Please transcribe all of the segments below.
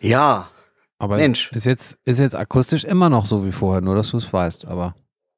Ja, Aber Mensch. ist jetzt akustisch immer noch so wie vorher, nur dass du es weißt, aber.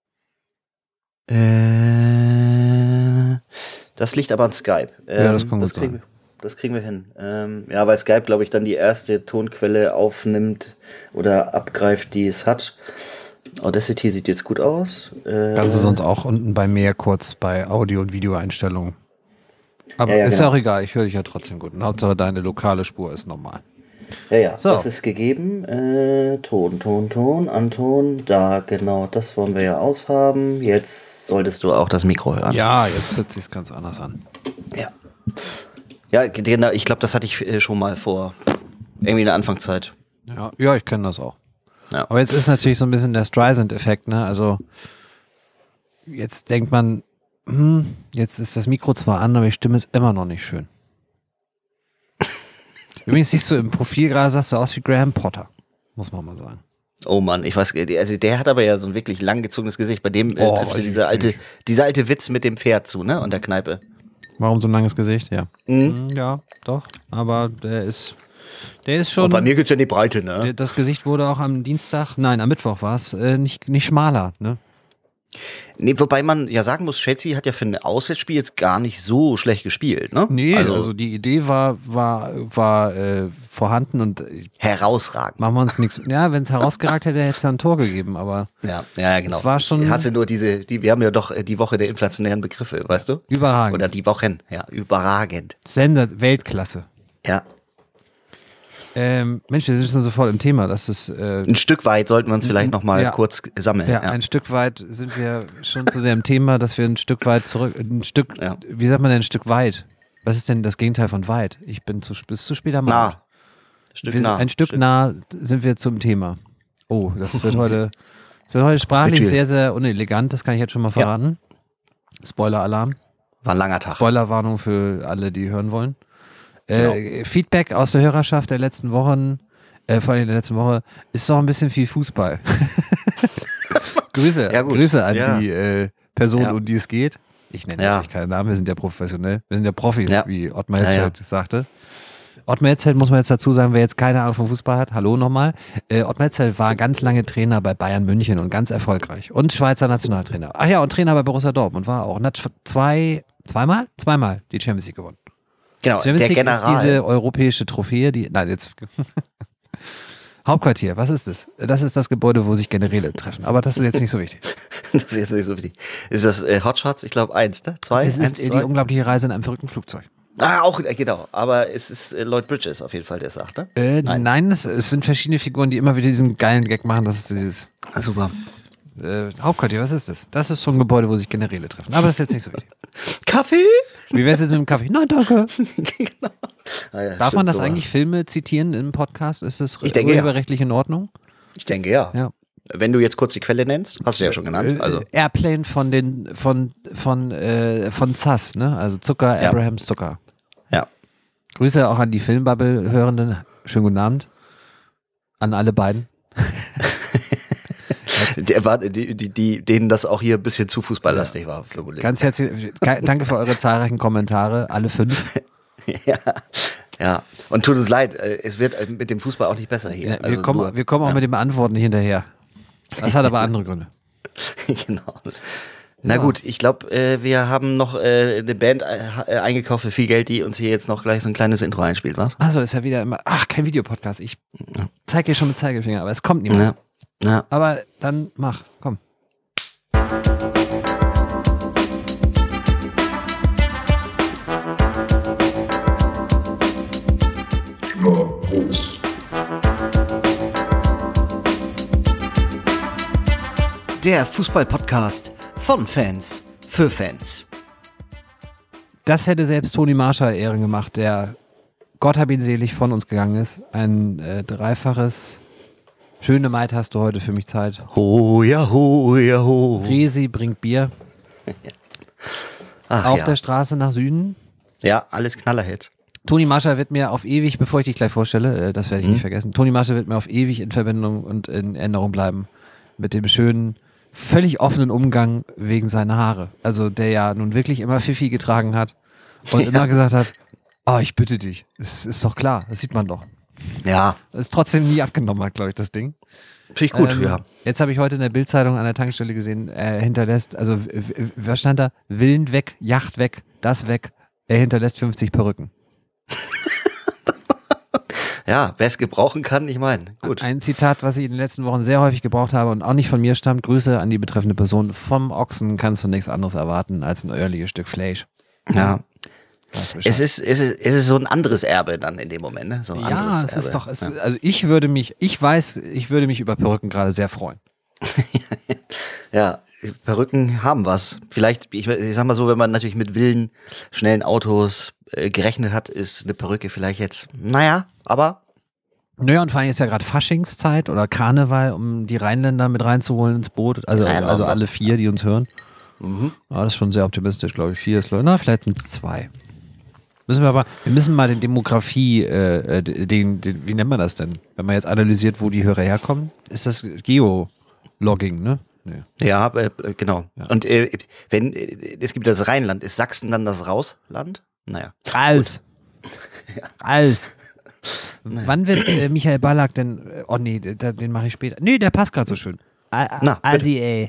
Das liegt aber an Skype. Ja, das kann gut sein. Das kriegen wir hin. Ja, weil Skype, glaube ich, dann die erste Tonquelle aufnimmt oder abgreift, die es hat. Audacity sieht jetzt gut aus. Kannst du sonst auch unten bei mehr kurz bei Audio- und Videoeinstellungen. Aber ist ja genau. auch egal, ich höre dich ja trotzdem gut. Und Hauptsache deine lokale Spur ist normal. Ja, So. das ist gegeben. Ton, Anton, da, genau, das wollen wir ja aushaben. Jetzt solltest du auch das Mikro hören. Ja, jetzt hört sich ganz anders an. Ja. Ja, genau, ich glaube, das hatte ich schon mal vor irgendwie in der Anfangszeit. Ja, ich kenne das auch. Ja. Aber jetzt ist natürlich so ein bisschen der Streisand-Effekt, ne? Also jetzt denkt man, jetzt ist das Mikro zwar an, aber die Stimme ist immer noch nicht schön. Übrigens siehst du im Profil gerade, sahst du aus wie Graham Potter, muss man mal sagen. Oh Mann, ich weiß, also der hat aber ja so ein wirklich langgezogenes Gesicht. Bei dem trifft dieser alte Witz mit dem Pferd zu, ne? Und der Kneipe. Warum so ein langes Gesicht? Ja. Mhm. Ja, doch. Aber der ist schon. Und bei mir geht's ja in die Breite, ne? Das Gesicht wurde auch am Mittwoch war es, nicht schmaler, ne? Nee, wobei man ja sagen muss, Chelsea hat ja für ein Auswärtsspiel jetzt gar nicht so schlecht gespielt, ne? Nee, also die Idee war vorhanden und herausragend. machen wir uns nichts. Ja, wenn es herausgeragt hätte, hätte es ja ein Tor gegeben, aber Ja, genau. es war schon Hast du nur wir haben ja doch die Woche der inflationären Begriffe, weißt du? überragend. Oder die Wochen, ja, überragend. Weltklasse. Ja. Mensch, wir sind schon sofort im Thema. Das ist Ein Stück weit sollten wir uns vielleicht nochmal kurz sammeln. Ja, ein Stück weit sind wir schon zu sehr im Thema, dass wir ein Stück weit wie sagt man denn ein Stück weit? Was ist denn das Gegenteil von weit? Bist zu spät am Abend. Ein Stück nah sind wir zum Thema. Oh, das wird heute sprachlich sehr, sehr unelegant, das kann ich jetzt schon mal verraten. Ja. Spoiler-Alarm. War ein langer Tag. Spoilerwarnung für alle, die hören wollen. Genau. Feedback aus der Hörerschaft der letzten Wochen, vor allem der letzten Woche, ist doch ein bisschen viel Fußball. Grüße an die Person, um die es geht. Ich nenne natürlich keinen Namen, wir sind ja professionell. Wir sind ja Profis, wie Ottmar Hitzfeld sagte. Ottmar Hitzfeld, muss man jetzt dazu sagen, wer jetzt keine Ahnung vom Fußball hat, hallo nochmal. Ottmar Hitzfeld war ganz lange Trainer bei Bayern München und ganz erfolgreich. Und Schweizer Nationaltrainer. Ach ja, und Trainer bei Borussia Dortmund war auch. Und hat zweimal die Champions League gewonnen. Genau, Champions der League General. ist diese europäische Trophäe, Hauptquartier, was ist das? Das ist das Gebäude, wo sich Generäle treffen. Aber das ist jetzt nicht so wichtig. Das ist jetzt nicht so wichtig. Ist das Hotshots? Ich glaube 1, ne? 2? Es ist die unglaubliche Reise in einem verrückten Flugzeug. Auch, genau. Aber es ist Lloyd Bridges auf jeden Fall, der sagt, ne? Nein, es sind verschiedene Figuren, die immer wieder diesen geilen Gag machen. Das ist dieses super. Hauptquartier, was ist das? Das ist so ein Gebäude, wo sich Generäle treffen. Aber das ist jetzt nicht so wichtig. Kaffee? Wie wär's jetzt mit dem Kaffee? Nein, danke. Genau. Darf man das eigentlich Filme zitieren im Podcast? Ist das urheberrechtlich in Ordnung? Ich denke ja. Wenn du jetzt kurz die Quelle nennst, hast du ja schon genannt. Also. Airplane von Zass, ne? Also Zucker, Abrahams Zucker. Ja. Grüße auch an die Filmbubble-Hörenden. Schönen guten Abend. An alle beiden. Denen das auch hier ein bisschen zu fußballlastig war. Vermutlich. Ganz herzlich, danke für eure zahlreichen Kommentare, alle 5. Ja. Und tut uns leid, es wird mit dem Fußball auch nicht besser hier. Ja, wir kommen auch mit dem Antworten nicht hinterher. Das hat aber andere Gründe. Genau. Na gut, ich glaube, wir haben noch eine Band eingekauft für viel Geld, die uns hier jetzt noch gleich so ein kleines Intro einspielt, was? Also ist ja wieder immer, kein Videopodcast. Ich zeige hier schon mit Zeigefinger, aber es kommt niemand. Ja. Aber dann komm. Der Fußball-Podcast von Fans für Fans. Das hätte selbst Toni Marschall Ehren gemacht, der Gott hab ihn selig von uns gegangen ist. Ein dreifaches Schöne Maid, hast du heute für mich Zeit? Ho, ja, ho, ja, ho. Resi bringt Bier. Auf der Straße nach Süden. Ja, alles Knallerhits. Toni Marschall wird mir auf ewig, bevor ich dich gleich vorstelle, das werde ich nicht vergessen, Toni Marschall wird mir auf ewig in Verbindung und in Erinnerung bleiben mit dem schönen, völlig offenen Umgang wegen seiner Haare. Also der ja nun wirklich immer Fifi getragen hat und immer gesagt hat, ich bitte dich, es ist doch klar, das sieht man doch. Ja. Ist trotzdem nie abgenommen hat, glaube ich, das Ding. Finde ich gut, ja. Jetzt habe ich heute in der Bild-Zeitung an der Tankstelle gesehen, er hinterlässt, also was stand da? Willen weg, Yacht weg, das weg. Er hinterlässt 50 Perücken. Ja, wer es gebrauchen kann, ich meine, gut. Ein Zitat, was ich in den letzten Wochen sehr häufig gebraucht habe und auch nicht von mir stammt. Grüße an die betreffende Person. Vom Ochsen kannst du nichts anderes erwarten als ein ehrliches Stück Fleisch. Ja. Es ist so ein anderes Erbe dann in dem Moment, ne? So ein anderes es ist Erbe. doch, also ich würde mich über Perücken gerade sehr freuen. Ja, Perücken haben was. Vielleicht, ich sag mal so, wenn man natürlich mit wilden, schnellen Autos gerechnet hat, ist eine Perücke vielleicht jetzt, naja, aber. Naja, und vor allem ist ja gerade Faschingszeit oder Karneval, um die Rheinländer mit reinzuholen ins Boot. Also alle 4, die uns hören. Mhm. Ja, das ist schon sehr optimistisch, glaube ich. 4 ist, vielleicht sind es 2. Wir müssen mal den Demografie, wie nennt man das denn? Wenn man jetzt analysiert, wo die Hörer herkommen, ist das Geologging, ne? Nee. Ja, genau. Ja. Und es gibt das Rheinland, ist Sachsen dann das Rausland? Naja. Alles. Naja. Wann wird Michael Ballack denn, oh nee, den mache ich später. Nee, der passt gerade so schön. Also, ey.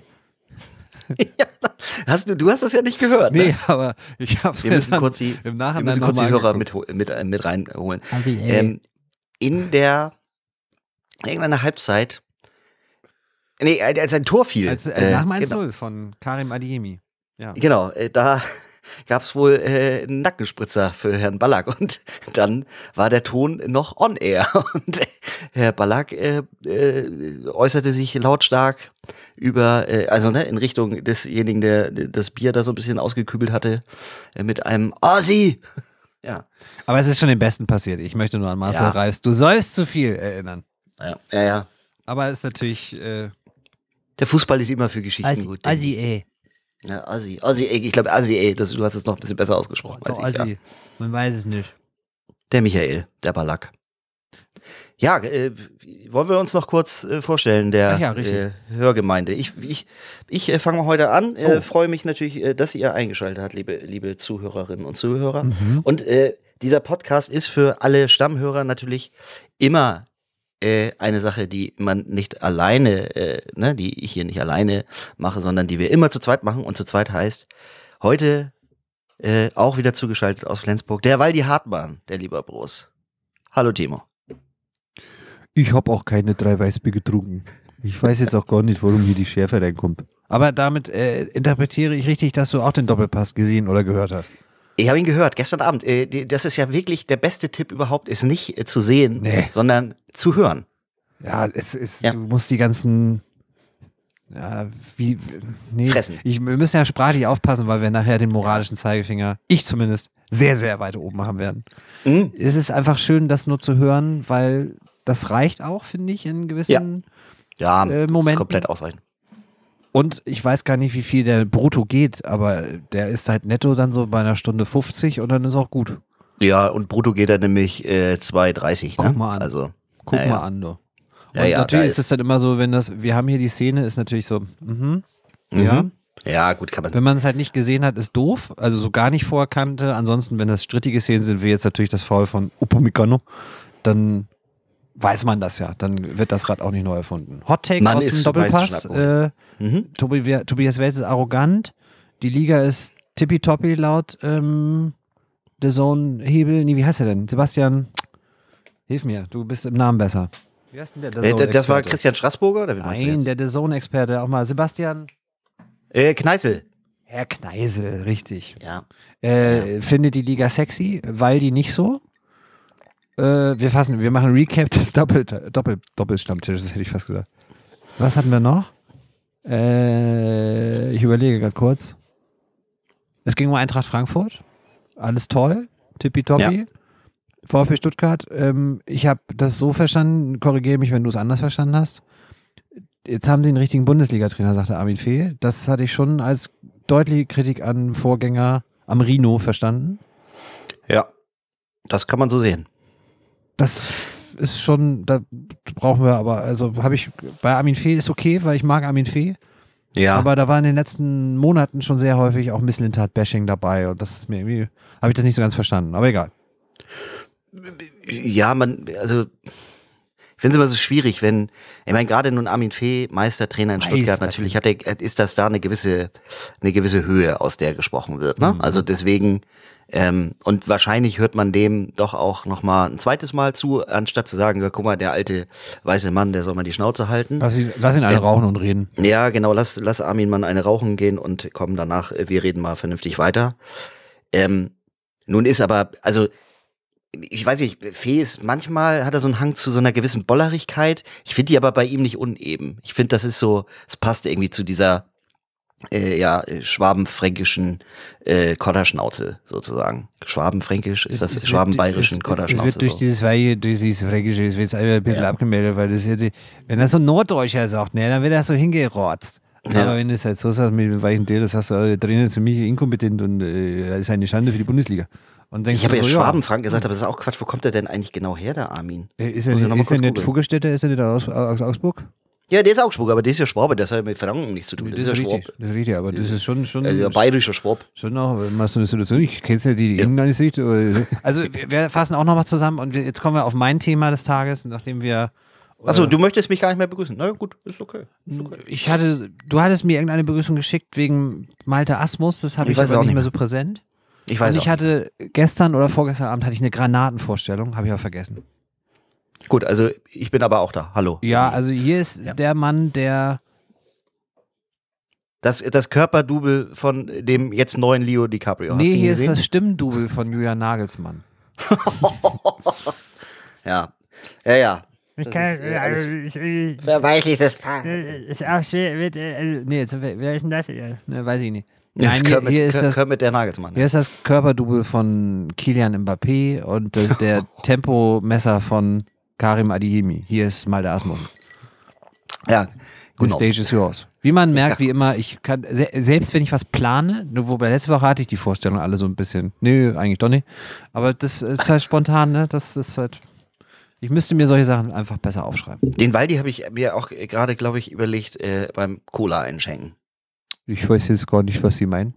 Ja, du hast das ja nicht gehört. Nee, ne? Aber ich habe im Nachhinein wir müssen kurz die Hörer mit reinholen. Also, in irgendeiner Halbzeit, als ein Tor fiel. Nach dem 1-0 von Karim Adeyemi. Ja. Genau, da gab es wohl einen Nackenspritzer für Herrn Ballack und dann war der Ton noch on air und Herr Ballack äußerte sich lautstark über, in Richtung desjenigen, der das Bier da so ein bisschen ausgekübelt hatte, mit einem Asi. Ja. Aber es ist schon dem Besten passiert. Ich möchte nur an Marcel Reifs, du sollst zu viel erinnern. Ja. Aber es ist natürlich der Fußball ist immer für Geschichten gut. Asi, ey. Ja, Asi, ich glaube Asi, ey, du hast es noch ein bisschen besser ausgesprochen als ich. Asi, ja. Man weiß es nicht. Der Michael, der Ballack. Ja, wollen wir uns noch kurz vorstellen, der Hörgemeinde. Ich fange mal heute an, freue mich natürlich, dass ihr eingeschaltet habt, liebe Zuhörerinnen und Zuhörer. Mhm. Und dieser Podcast ist für alle Stammhörer natürlich immer eine Sache, die man nicht alleine, die ich hier nicht alleine mache, sondern die wir immer zu zweit machen. Und zu zweit heißt heute auch wieder zugeschaltet aus Flensburg, der Waldi Hartmann, der lieber Bros. Hallo Timo. Ich habe auch keine 3 Weißbier getrunken. Ich weiß jetzt auch gar nicht, warum hier die Schärfe reinkommt. Aber damit interpretiere ich richtig, dass du auch den Doppelpass gesehen oder gehört hast. Ich habe ihn gehört, gestern Abend. Das ist ja wirklich der beste Tipp überhaupt, ist nicht zu sehen, sondern zu hören. Ja, du musst die ganzen fressen. Wir müssen ja sprachlich aufpassen, weil wir nachher den moralischen Zeigefinger, ich zumindest, sehr, sehr weit oben haben werden. Mhm. Es ist einfach schön, das nur zu hören, weil das reicht auch, finde ich, in gewissen Momenten. Das ist komplett ausreichend. Und ich weiß gar nicht, wie viel der brutto geht, aber der ist halt netto dann so bei einer Stunde 50 und dann ist auch gut. Ja, und brutto geht er nämlich 2,30. Guck mal an. Also, Guck mal an, du. Und natürlich ist es dann immer so, wir haben hier die Szene, ist natürlich so, ja. Ja, gut, kann man. Wenn man es halt nicht gesehen hat, ist doof, also so gar nicht vorher kannte. Ansonsten, wenn das strittige Szenen sind, wie jetzt natürlich das Foul von Upamecano, dann weiß man das ja, dann wird das Rad auch nicht neu erfunden. Hot Take aus dem Doppelpass. Tobias Welz ist arrogant. Die Liga ist tippitoppi laut der Zone-Hebel. Nee, wie heißt er denn? Sebastian, hilf mir, du bist im Namen besser. Wie heißt denn der das war Christian Straßburger? Oder Nein, der Zone-Experte. Auch mal Sebastian Kneißl. Herr Kneißl, richtig. Ja. Findet die Liga sexy, weil die nicht so? Wir machen Recap des Doppelstammtisches, hätte ich fast gesagt. Was hatten wir noch? Ich überlege gerade kurz. Es ging um Eintracht Frankfurt. Alles toll. Tippitoppi. Ja. VfB Stuttgart. Ich habe das so verstanden, korrigiere mich, wenn du es anders verstanden hast. Jetzt haben sie einen richtigen Bundesliga-Trainer, sagte Armin Fee. Das hatte ich schon als deutliche Kritik an Vorgänger Amrino verstanden. Ja, das kann man so sehen. Das ist schon, da brauchen wir aber, also habe ich, bei Armin Fee ist okay, weil ich mag Armin Fee. Ja. Aber da war in den letzten Monaten schon sehr häufig auch Mislintat-Bashing dabei und das ist mir irgendwie, habe ich das nicht so ganz verstanden, aber egal. Ja, also ich finde es immer so schwierig, ich meine, gerade nun Armin Fee, Meistertrainer in Stuttgart, natürlich ist das da eine gewisse Höhe, aus der gesprochen wird, ne? Also deswegen, und wahrscheinlich hört man dem doch auch nochmal ein zweites Mal zu, anstatt zu sagen, ja, guck mal, der alte weiße Mann, der soll mal die Schnauze halten. Lass ihn eine rauchen und reden. Ja, genau, lass Armin mal eine rauchen gehen und komm danach, wir reden mal vernünftig weiter. Nun ist aber, also ich weiß nicht, Fee manchmal hat er so einen Hang zu so einer gewissen Bollerigkeit. Ich finde die aber bei ihm nicht uneben. Ich finde, es passt irgendwie zu dieser schwabenfränkischen Kodderschnauze sozusagen. Schwabenfränkisch ist das schwabenbayerischen Kodderschnauze. Es wird durch dieses Fränkische, es wird ein bisschen abgemeldet, weil das jetzt, wenn er so Norddeutscher sagt, ne, dann wird er so hingerotzt. Ja. Aber wenn du es halt so sagst mit weichen D, das hast du, der Trainer ist für mich inkompetent und ist eine Schande für die Bundesliga. Ich habe ja Schwabenfrank gesagt, aber das ist auch Quatsch. Wo kommt der denn eigentlich genau her, der Armin? Ist er nicht Vogelstädter? Ist er nicht aus Augsburg? Ja, der ist Augsburg, aber der ist ja Schwabe, das hat mit Franken nichts zu tun. Das ist ja Schwab. Das ist richtig, aber das ist schon also ja, bayerischer Schwab. Schon auch, mal so eine Situation, ich kenne ja die irgendeine Sicht. Also wir fassen auch nochmal zusammen und jetzt kommen wir auf mein Thema des Tages, nachdem wir... Achso, du möchtest mich gar nicht mehr begrüßen. Na gut, ist okay. Du hattest mir irgendeine Begrüßung geschickt wegen Malte Asmus, das habe ich aber nicht mehr so präsent. Ich weiß und ich hatte gestern oder vorgestern Abend hatte ich eine Granatenvorstellung, habe ich aber vergessen. Gut, also ich bin aber auch da. Hallo. Ja, also hier ist der Mann, der... Das Körperdouble von dem jetzt neuen Leo DiCaprio. Nee, hier ist das Stimmdouble von Julian Nagelsmann. Ja. Verweichliches Paar. Ist auch schwer. Wer ist denn das? Ne, weiß ich nicht. Nein, hier ist das mit der Nagelsmann. Hier ist das Körperdouble von Kylian Mbappé und der Tempomesser von Karim Adeyemi. Hier ist Malte Asmus. Ja, The stage is yours. Wie man merkt, wie immer, ich kann, selbst wenn ich was plane, wobei letzte Woche hatte ich die Vorstellung alle so ein bisschen, nö, eigentlich doch nicht, aber das ist halt spontan, ne, das ist halt, ich müsste mir solche Sachen einfach besser aufschreiben. Den Waldi habe ich mir auch gerade, glaube ich, überlegt, beim Cola einschenken. Ich weiß jetzt gar nicht, was Sie meinen.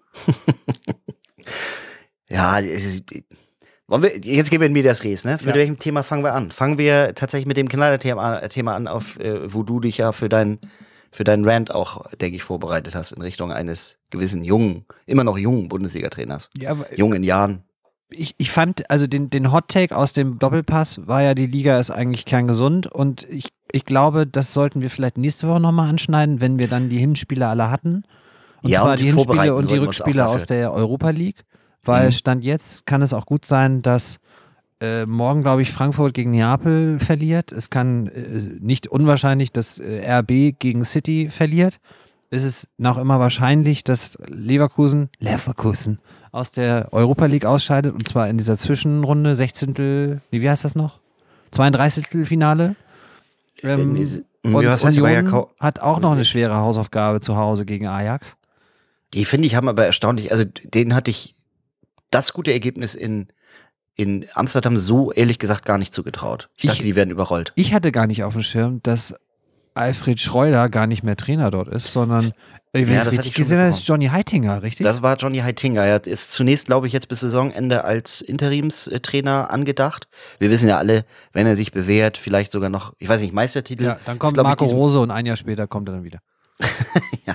Ja, jetzt gehen wir in Medias Res, ne? Mit welchem Thema fangen wir an? Fangen wir tatsächlich mit dem Thema an, wo du dich ja für deinen Rant auch, denke ich, vorbereitet hast in Richtung eines gewissen immer noch jungen Bundesliga-Trainers. Ja, jung in Jahren. Ich fand, also den Hot-Take aus dem Doppelpass war ja, die Liga ist eigentlich kerngesund und ich glaube, das sollten wir vielleicht nächste Woche nochmal anschneiden, wenn wir dann die Hinspiele alle hatten. Und zwar die Hinspiele und die Rückspiele aus der Europa League. Weil Stand jetzt kann es auch gut sein, dass morgen, glaube ich, Frankfurt gegen Neapel verliert. Es kann nicht unwahrscheinlich, dass RB gegen City verliert. Es ist noch immer wahrscheinlich, dass Leverkusen aus der Europa League ausscheidet. Und zwar in dieser Zwischenrunde, 16. Wie heißt das noch? 32. Finale. Und Union hat auch noch eine schwere Hausaufgabe zu Hause gegen Ajax. Die finde ich haben aber erstaunlich, also denen hatte ich das gute Ergebnis in Amsterdam so ehrlich gesagt gar nicht zugetraut. Ich dachte, die werden überrollt. Ich hatte gar nicht auf dem Schirm, dass Alfred Schreuder gar nicht mehr Trainer dort ist, sondern das hatte ich gesehen, das ist Johnny Heitinger, richtig? Das war Johnny Heitinger. Er ist zunächst, glaube ich, jetzt bis Saisonende als Interimstrainer angedacht. Wir wissen ja alle, wenn er sich bewährt, vielleicht sogar noch, ich weiß nicht, Meistertitel. Ja, dann kommt Marco Rose und ein Jahr später kommt er dann wieder. Ja,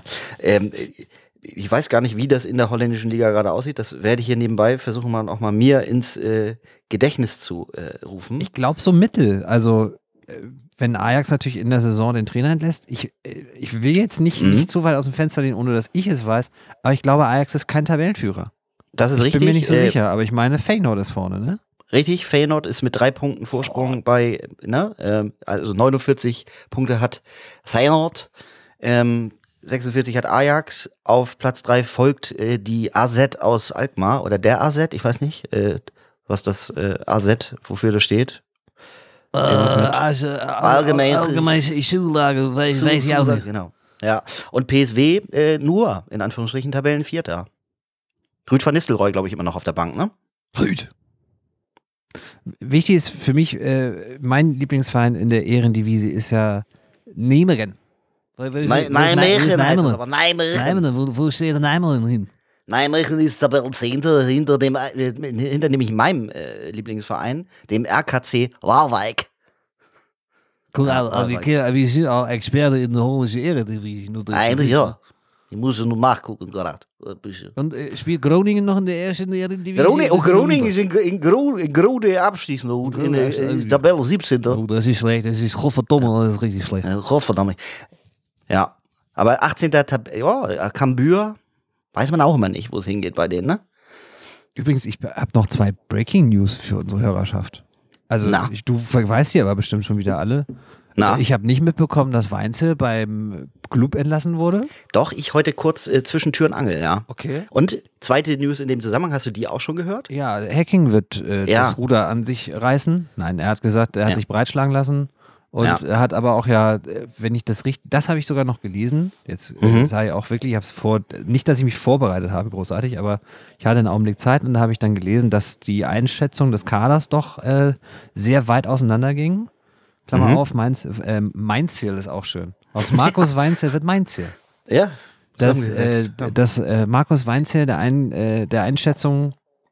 ich weiß gar nicht, wie das in der holländischen Liga gerade aussieht. Das werde ich hier nebenbei versuchen, auch mal mir ins Gedächtnis zu rufen. Ich glaube so mittel. Also wenn Ajax natürlich in der Saison den Trainer entlässt, ich will jetzt nicht zu weit aus dem Fenster lehnen, ohne dass ich es weiß, aber ich glaube, Ajax ist kein Tabellenführer. Das ist richtig. Ich bin mir nicht so sicher, aber ich meine, Feyenoord ist vorne, ne? Richtig, Feyenoord ist mit 3 Punkten Vorsprung bei, also 49 Punkte hat Feyenoord, 46 hat Ajax, auf Platz 3 folgt die AZ aus Alkmaar oder der AZ, ich weiß nicht, was das AZ, wofür das steht. Allgemeine Schulage, weiß ich auch nicht. Genau. Ja. Und PSW nur, in Anführungsstrichen, Tabellenvierter. Rüd van Nistelrooy, glaube ich, immer noch auf der Bank, ne? Rüd. Wichtig ist für mich, mein Lieblingsverein in der Ehrendivisie ist ja Nijmegen. Nijmegen heißt es aber, Nijmegen. Wo steht der Nijmegen hin? Nijmegen ist Tabellenzehnter hinter nämlich meinem Lieblingsverein, dem RKC Waalwijk. Guck, wir sind auch Experten in der holländischen Eredivisie. Eigentlich ja. Ich muss nur nachgucken gerade. Und spielt Groningen noch in der ersten Eredivisie? Groningen ist in grote Abstiegsnood. In der Tabelle 17. Oh, das ist schlecht. Das ist Godverdomme, das ist richtig schlecht. Gottverdammt. Ja, aber 18. Cambuur, weiß man auch immer nicht, wo es hingeht bei denen, ne? Übrigens, ich habe noch 2 Breaking News für unsere Hörerschaft. Also, du weißt die aber bestimmt schon wieder alle. Ich habe nicht mitbekommen, dass Weinzel beim Club entlassen wurde. Doch, ich heute kurz zwischen Tür und Angel, ja. Okay. Und zweite News in dem Zusammenhang, hast du die auch schon gehört? Ja, Hacking wird das Ruder an sich reißen. Nein, er hat gesagt, er hat sich breitschlagen lassen. Und er hat aber auch wenn ich das richtig, das habe ich sogar noch gelesen. Jetzt sei auch wirklich, ich habe es nicht, dass ich mich vorbereitet habe, großartig, aber ich hatte einen Augenblick Zeit und da habe ich dann gelesen, dass die Einschätzung des Kaders doch sehr weit auseinander ging. Klammer auf, Mainziel ist auch schön. Aus Markus Weinziel wird Mainziel. Ja. Dass Markus Weinziel der Einschätzung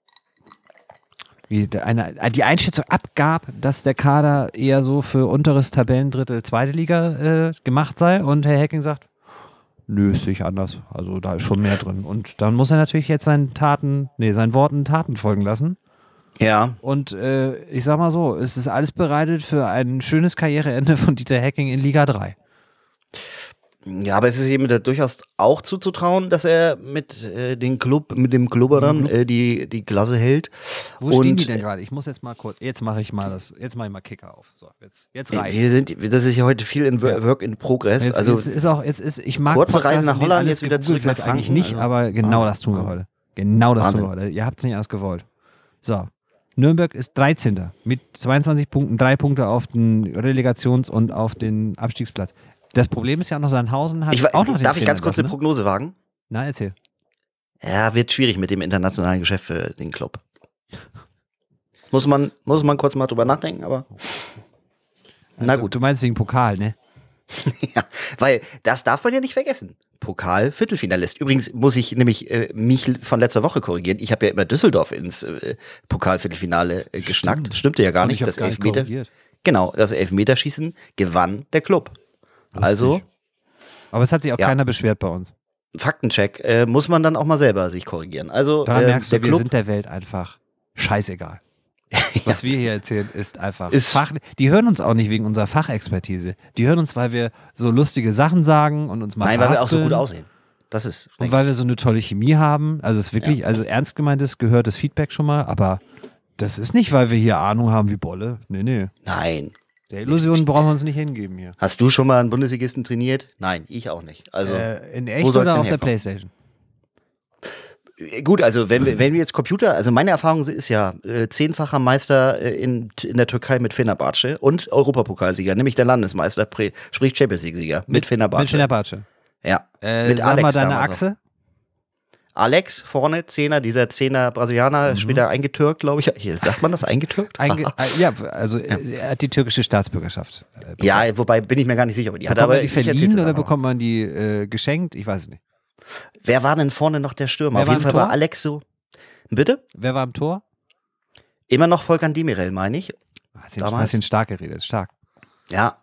die Einschätzung abgab, dass der Kader eher so für unteres Tabellendrittel zweite Liga gemacht sei und Herr Hacking sagt, nö, ist sich anders. Also da ist schon mehr drin. Und dann muss er natürlich jetzt seinen Worten Taten folgen lassen. Ja. Und ich sag mal so, es ist alles bereitet für ein schönes Karriereende von Dieter Hecking in Liga 3. Ja, aber es ist ihm da durchaus auch zuzutrauen, dass er mit dem Klubberern die Klasse hält. Wo stehen die denn gerade? Ich muss jetzt mal kurz, jetzt mache ich mal Kicker auf. So, jetzt reicht. Das ist ja heute viel in Work in Progress. Ich mag kurze Reise nach Holland, jetzt wieder zurück nach Franken. Eigentlich nicht, aber genau das tun wir heute. Genau das tun wir heute. Ihr habt es nicht anders gewollt. So. Nürnberg ist 13. mit 22 Punkten, 3 Punkte auf den Relegations- und auf den Abstiegsplatz. Das Problem ist ja auch noch, Sandhausen hat auch noch den Darf ich ganz kurz eine Prognose wagen? Na, erzähl. Ja, wird schwierig mit dem internationalen Geschäft für den Club. Muss man kurz mal drüber nachdenken, aber na gut. Du meinst wegen Pokal, ne? Ja, weil das darf man ja nicht vergessen. Pokal, Viertelfinalist. Übrigens muss ich nämlich mich von letzter Woche korrigieren. Ich habe ja immer Düsseldorf ins Pokal-Viertelfinale geschnackt. Das stimmte ja gar nicht. Das Elfmeterschießen gewann der Club. Lustig. Also. Aber es hat sich auch keiner beschwert bei uns. Faktencheck. Muss man dann auch mal selber sich korrigieren. Also, daran merkst du, wir sind der Welt einfach scheißegal. Was wir hier erzählen, ist einfach die hören uns auch nicht wegen unserer Fachexpertise. Die hören uns, weil wir so lustige Sachen sagen und uns mal Nein, weil wir auch so gut aussehen. Das ist. Und weil wir so eine tolle Chemie haben. Also es ist wirklich, also ernst gemeintes, gehörtes Feedback schon mal, aber das ist nicht, weil wir hier Ahnung haben wie Bolle. Nee. Nein. Der Illusion brauchen wir uns nicht hingeben hier. Hast du schon mal einen Bundesligisten trainiert? Nein, ich auch nicht. Also in echt oder auf der Playstation? Gut, also wenn wir jetzt Computer, also meine Erfahrung ist ja 10-facher Meister in der Türkei mit Fenerbahce und Europapokalsieger, nämlich der Landesmeister, sprich Champions League-Sieger mit Fenerbahce. Mit Fenerbahce. Ja. Mit sag Alex mal deine Achse. Alex vorne, Zehner, dieser Zehner Brasilianer, später eingetürkt, glaube ich. Hier, sagt man das, eingetürkt? Ja, also er hat die türkische Staatsbürgerschaft. Ja, wobei bin ich mir gar nicht sicher, ob die hat. Aber die verliehen oder bekommt man die geschenkt? Ich weiß es nicht. Wer war denn vorne noch der Stürmer? Auf jeden Fall war Alex so. Bitte? Wer war im Tor? Immer noch Volkan Demirel, meine ich. Du hast ihn stark geredet, stark. Ja.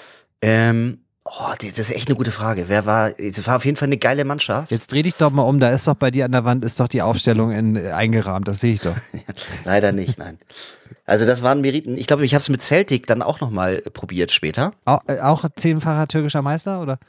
Das ist echt eine gute Frage. Es war auf jeden Fall eine geile Mannschaft. Jetzt dreh dich doch mal um, da ist doch bei dir an der Wand ist doch die Aufstellung eingerahmt, das sehe ich doch. Leider nicht, nein. Also das waren Meriten. Ich glaube, ich habe es mit Celtic dann auch nochmal probiert später. Auch 10-facher türkischer Meister, oder?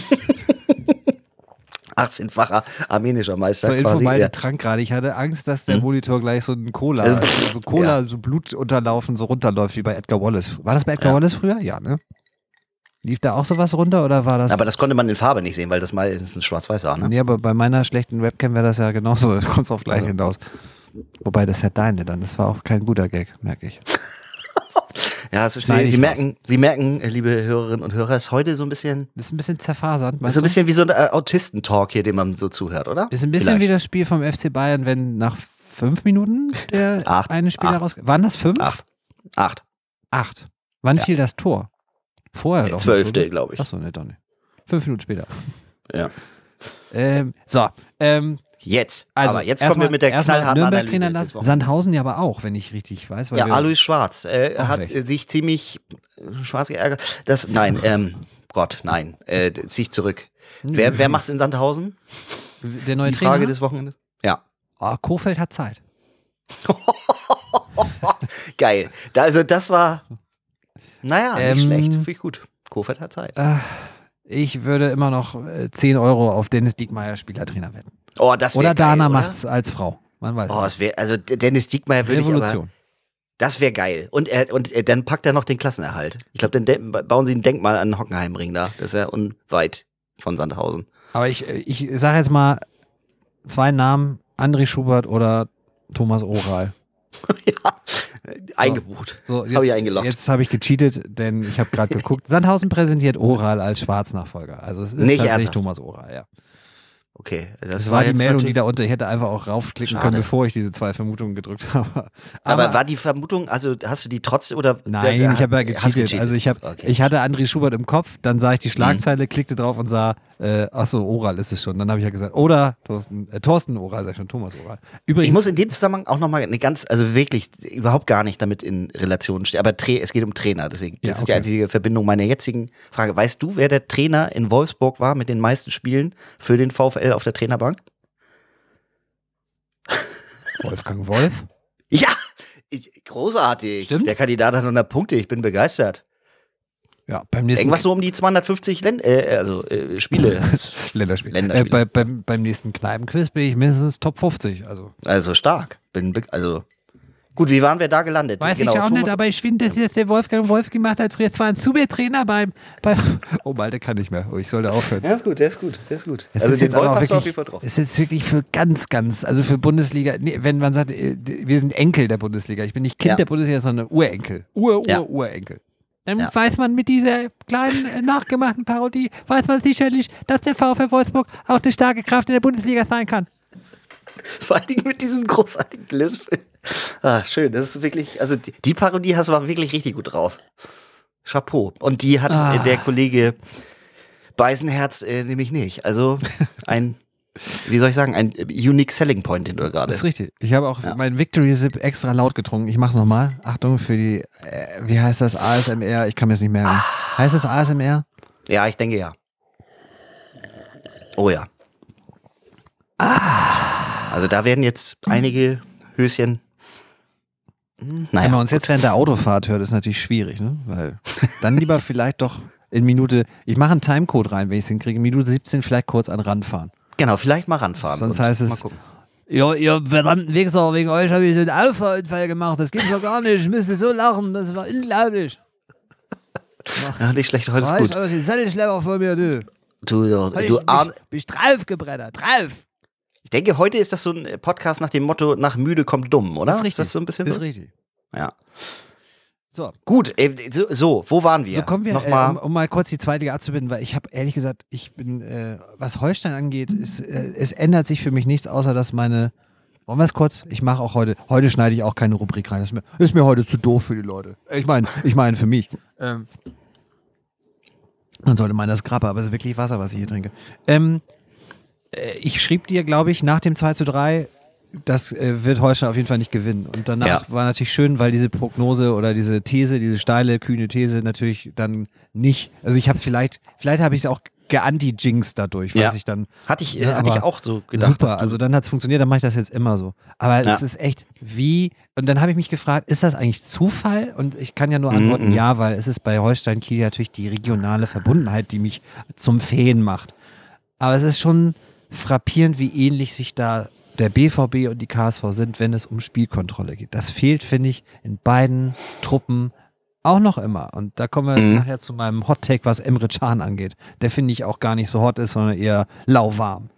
18-facher armenischer Meister. Zur Info, meine trank gerade. Ich hatte Angst, dass der Monitor gleich so ein Cola, so Blut unterlaufen, so runterläuft wie bei Edgar Wallace. War das bei Edgar Wallace früher? Ja, ne? Lief da auch sowas runter oder war das? Aber das konnte man in Farbe nicht sehen, weil das meistens schwarz-weiß war, ne? Nee, aber bei meiner schlechten Webcam wäre das ja genauso. Da kommt es auf gleich hinaus. Wobei, das ist ja deine dann. Das war auch kein guter Gag, merke ich. Ja, es ist, Sie merken, liebe Hörerinnen und Hörer, ist heute so ein bisschen. Das ist ein bisschen zerfasert. Ist so ein bisschen wie so ein Autistentalk hier, den man so zuhört, oder? Ist ein bisschen wie das Spiel vom FC Bayern, wenn nach 5 Minuten der eine Spieler rausgeht. Waren das 5? 8. Wann fiel das Tor? Vorher doch. 12. glaube ich. Achso, ne, doch nicht. 5 Minuten später. Ja. Jetzt. Also, aber jetzt kommen wir mit der knallharten Analyse. Sandhausen ja aber auch, wenn ich richtig weiß. Ja, Alois Schwarz hat sich ziemlich schwarz geärgert. Gott, nein. Zieh ich zurück. Wer macht's in Sandhausen? Der neue Trainer? Frage des Wochenendes. Ja. Oh, Kohfeldt hat Zeit. Geil. Also das war, nicht schlecht. Finde ich gut. Kohfeldt hat Zeit. Ich würde immer noch 10 Euro auf Dennis Diekmeyer Spielertrainer wetten. Oh, das wäre geil, Dana macht's als Frau. Man weiß. Oh, also Dennis Diekmeyer würde ich aber... Das wäre geil. Und dann packt er noch den Klassenerhalt. Ich glaube, dann bauen sie ein Denkmal an den Hockenheimring da. Das ist ja unweit von Sandhausen. Aber ich sage jetzt mal 2 Namen, André Schubert oder Thomas Oral. Ja, eingebucht. So, habe ich eingeloggt. Jetzt habe ich gecheatet, denn ich habe gerade geguckt. Sandhausen präsentiert Oral als Schwarznachfolger. Also es ist nicht tatsächlich ernsthaft. Thomas Oral, ja. Okay, das war die Meldung, die da unter. Ich hätte einfach auch raufklicken können, bevor ich diese 2 Vermutungen gedrückt habe. Aber war die Vermutung, also hast du die trotzdem oder? Nein, ich habe ja gecheatet. Also ich hatte André Schubert im Kopf, dann sah ich die Schlagzeile, klickte drauf und sah, Oral ist es schon. Dann habe ich ja gesagt, oder Thorsten Oral, sag ich schon, Thomas Oral. Übrigens, ich muss in dem Zusammenhang auch nochmal also wirklich überhaupt gar nicht damit in Relation stehen, aber es geht um Trainer, deswegen. Das ist die einzige Verbindung meiner jetzigen Frage. Weißt du, wer der Trainer in Wolfsburg war mit den meisten Spielen für den VfL auf der Trainerbank? Wolfgang Wolf? Ja, großartig. Stimmt? Der Kandidat hat 100 Punkte, ich bin begeistert. Ja, beim nächsten irgendwas so um die 250 Spiele. Länderspiele. Beim nächsten Kneipenquiz bin ich mindestens Top 50. Also stark. Gut, wie waren wir da gelandet? Weiß ich auch nicht, aber ich finde, dass jetzt der Wolfgang Wolf gemacht hat. Früher war ein Zubetrainer beim Oh, Malte kann nicht mehr. Oh, ich sollte aufhören. Ja, ist gut, der ist gut. Also den Wolf hast du auf jeden Fall drauf. Ist jetzt wirklich für ganz, also für Bundesliga, wenn man sagt, wir sind Enkel der Bundesliga. Ich bin nicht Kind der Bundesliga, sondern Urenkel. Urenkel. Dann weiß man mit dieser kleinen nachgemachten Parodie, weiß man sicherlich, dass der VfL Wolfsburg auch eine starke Kraft in der Bundesliga sein kann. Vor allen Dingen mit diesem großartigen Lispel. Schön, das ist wirklich, also die Parodie hast du aber wirklich richtig gut drauf. Chapeau. Und die hat der Kollege Beisenherz nämlich nicht. Also ein unique selling point, den du gerade. Das ist richtig. Ich habe auch meinen Victory Sip extra laut getrunken. Ich mach's nochmal. Achtung für die, wie heißt das, ASMR? Ich kann mir das nicht merken. Heißt das ASMR? Ja, ich denke ja. Oh ja. Also da werden jetzt einige Höschen. Wenn man uns jetzt während der Autofahrt hört, ist natürlich schwierig, ne? Weil dann lieber vielleicht doch in Minute, ich mache einen Timecode rein, wenn ich es hinkriege, Minute 17 vielleicht kurz an den Rand fahren. Genau, vielleicht mal ranfahren. Sonst heißt es, ja, ihr verdammten Wichser, wegen euch habe ich so einen Auffahrunfall gemacht, das gibt's doch gar nicht, ich müsste so lachen, das war unglaublich. Ja, nicht schlecht, heute ist gut. Das ist ein Schlepper von mir, du. Du bist draufgebrettert, drauf. Ich denke, heute ist das so ein Podcast nach dem Motto, nach müde kommt dumm, oder? Das ist richtig. Ist das so ein bisschen das so? ist richtig. Ja. So. Gut, wo waren wir? So kommen wir, Nochmal. um mal kurz die zweite Liga abzubinden, weil ich habe ehrlich gesagt, was Holstein angeht, es ändert sich für mich nichts, außer dass wollen wir es kurz? Ich mache auch heute schneide ich auch keine Rubrik rein, ist mir heute zu doof für die Leute. Ich meine für mich. Man sollte meinen, das Grappa, aber es ist wirklich Wasser, was ich hier trinke. Ich schrieb dir, glaube ich, nach dem 2:3, das wird Holstein auf jeden Fall nicht gewinnen. Und danach war natürlich schön, weil diese Prognose oder diese These, diese steile, kühne These natürlich dann nicht, also ich habe es vielleicht habe ich es auch geanti-jinx dadurch, was ich dann... Hatte ich auch so gedacht. Super, also dann hat es funktioniert, dann mache ich das jetzt immer so. Aber es ist echt und dann habe ich mich gefragt, ist das eigentlich Zufall? Und ich kann ja nur antworten, ja, weil es ist bei Holstein Kiel natürlich die regionale Verbundenheit, die mich zum Fan macht. Aber es ist schon frappierend, wie ähnlich sich da der BVB und die KSV sind, wenn es um Spielkontrolle geht. Das fehlt, finde ich, in beiden Truppen auch noch immer. Und da kommen wir nachher zu meinem Hot-Take, was Emre Can angeht. Der, finde ich, auch gar nicht so hot ist, sondern eher lauwarm.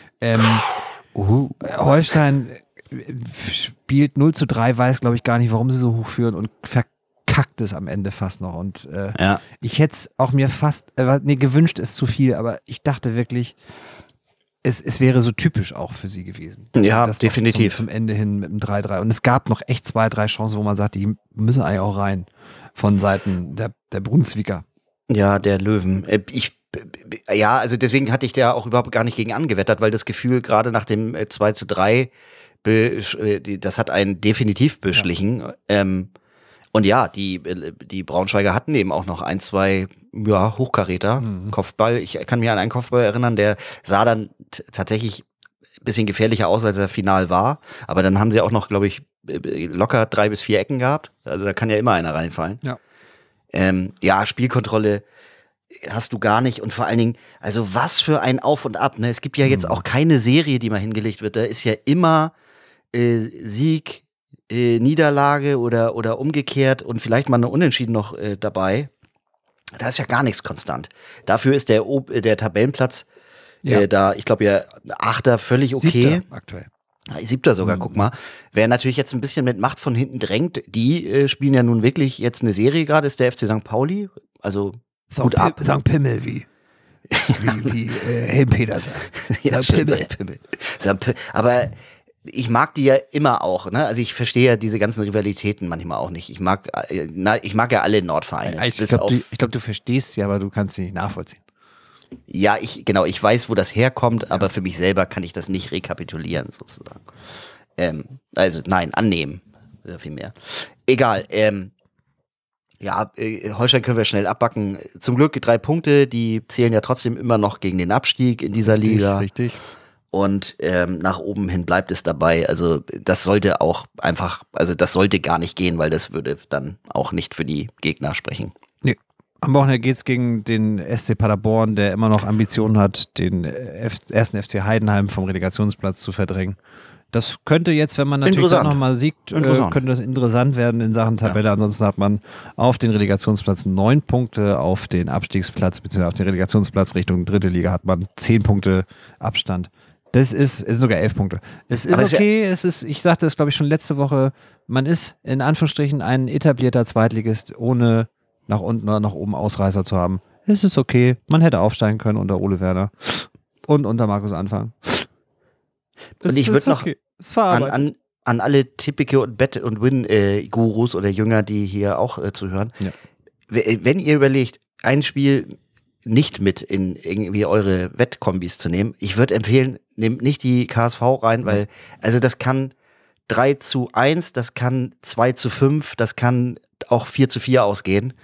Holstein spielt 0:3, weiß, glaube ich, gar nicht, warum sie so hoch führen und verkackt es am Ende fast noch. Und ich hätte es auch mir fast, gewünscht ist zu viel, aber ich dachte wirklich, es wäre so typisch auch für sie gewesen. Ja, definitiv. Zum Ende hin mit dem 3:3. Und es gab noch echt 2, 3 Chancen, wo man sagt, die müssen eigentlich auch rein von Seiten der Brunswicker. Ja, der Löwen. Ich Ja, also deswegen hatte ich da auch überhaupt gar nicht gegen angewettert, weil das Gefühl gerade nach dem 2:3, das hat einen definitiv beschlichen. Ja. Und ja, die Braunschweiger hatten eben auch noch 1, 2 Hochkaräter, Kopfball. Ich kann mich an einen Kopfball erinnern, der sah dann tatsächlich ein bisschen gefährlicher aus, als er final war. Aber dann haben sie auch noch, glaube ich, locker 3 bis 4 Ecken gehabt. Also da kann ja immer einer reinfallen. Ja, Spielkontrolle hast du gar nicht. Und vor allen Dingen, also was für ein Auf und Ab. Ne? Es gibt ja jetzt auch keine Serie, die mal hingelegt wird. Da ist ja immer Sieg, Niederlage oder umgekehrt und vielleicht mal eine Unentschieden noch dabei. Da ist ja gar nichts konstant. Dafür ist der Tabellenplatz da, ich glaube ja, 8. völlig okay. 7. aktuell. 7. sogar, guck mal. Wer natürlich jetzt ein bisschen mit Macht von hinten drängt, die spielen ja nun wirklich jetzt eine Serie gerade, ist der FC St. Pauli. Also gut ab. St. Pimmel wie Helm-Peter sagt. Ja, St. Pimmel. Aber ich mag die ja immer auch, ne? Also ich verstehe ja diese ganzen Rivalitäten manchmal auch nicht. Ich mag ja alle Nordvereine. Ich glaube, du verstehst sie, aber du kannst sie nicht nachvollziehen. Ja, ich weiß, wo das herkommt, aber für mich selber kann ich das nicht rekapitulieren, sozusagen. Also nein, annehmen. Oder viel mehr. Egal. Holstein können wir schnell abbacken. Zum Glück 3 Punkte, die zählen ja trotzdem immer noch gegen den Abstieg in dieser Liga. Richtig. Und nach oben hin bleibt es dabei. Also das sollte auch einfach, also das sollte gar nicht gehen, weil das würde dann auch nicht für die Gegner sprechen. Nee. Am Wochenende geht es gegen den SC Paderborn, der immer noch Ambitionen hat, den ersten FC Heidenheim vom Relegationsplatz zu verdrängen. Das könnte jetzt, wenn man natürlich dann nochmal siegt, könnte das interessant werden in Sachen Tabelle. Ja. Ansonsten hat man auf den Relegationsplatz 9 Punkte, auf den Abstiegsplatz bzw. auf den Relegationsplatz Richtung 3. Liga hat man 10 Punkte Abstand. Das ist sogar 11 Punkte. Es ist okay, ich sagte das glaube ich schon letzte Woche, man ist in Anführungsstrichen ein etablierter Zweitligist, ohne nach unten oder nach oben Ausreißer zu haben. Es ist okay, man hätte aufsteigen können unter Ole Werner und unter Markus Anfang. Und ich würde noch an alle Tippike und Bet- und Win-Gurus oder Jünger, die hier auch zuhören, wenn ihr überlegt, ein Spiel nicht mit in irgendwie eure Wettkombis zu nehmen, ich würde empfehlen, nehmt nicht die KSV rein, weil, also das kann 3:1, das kann 2:5, das kann auch 4:4 ausgehen.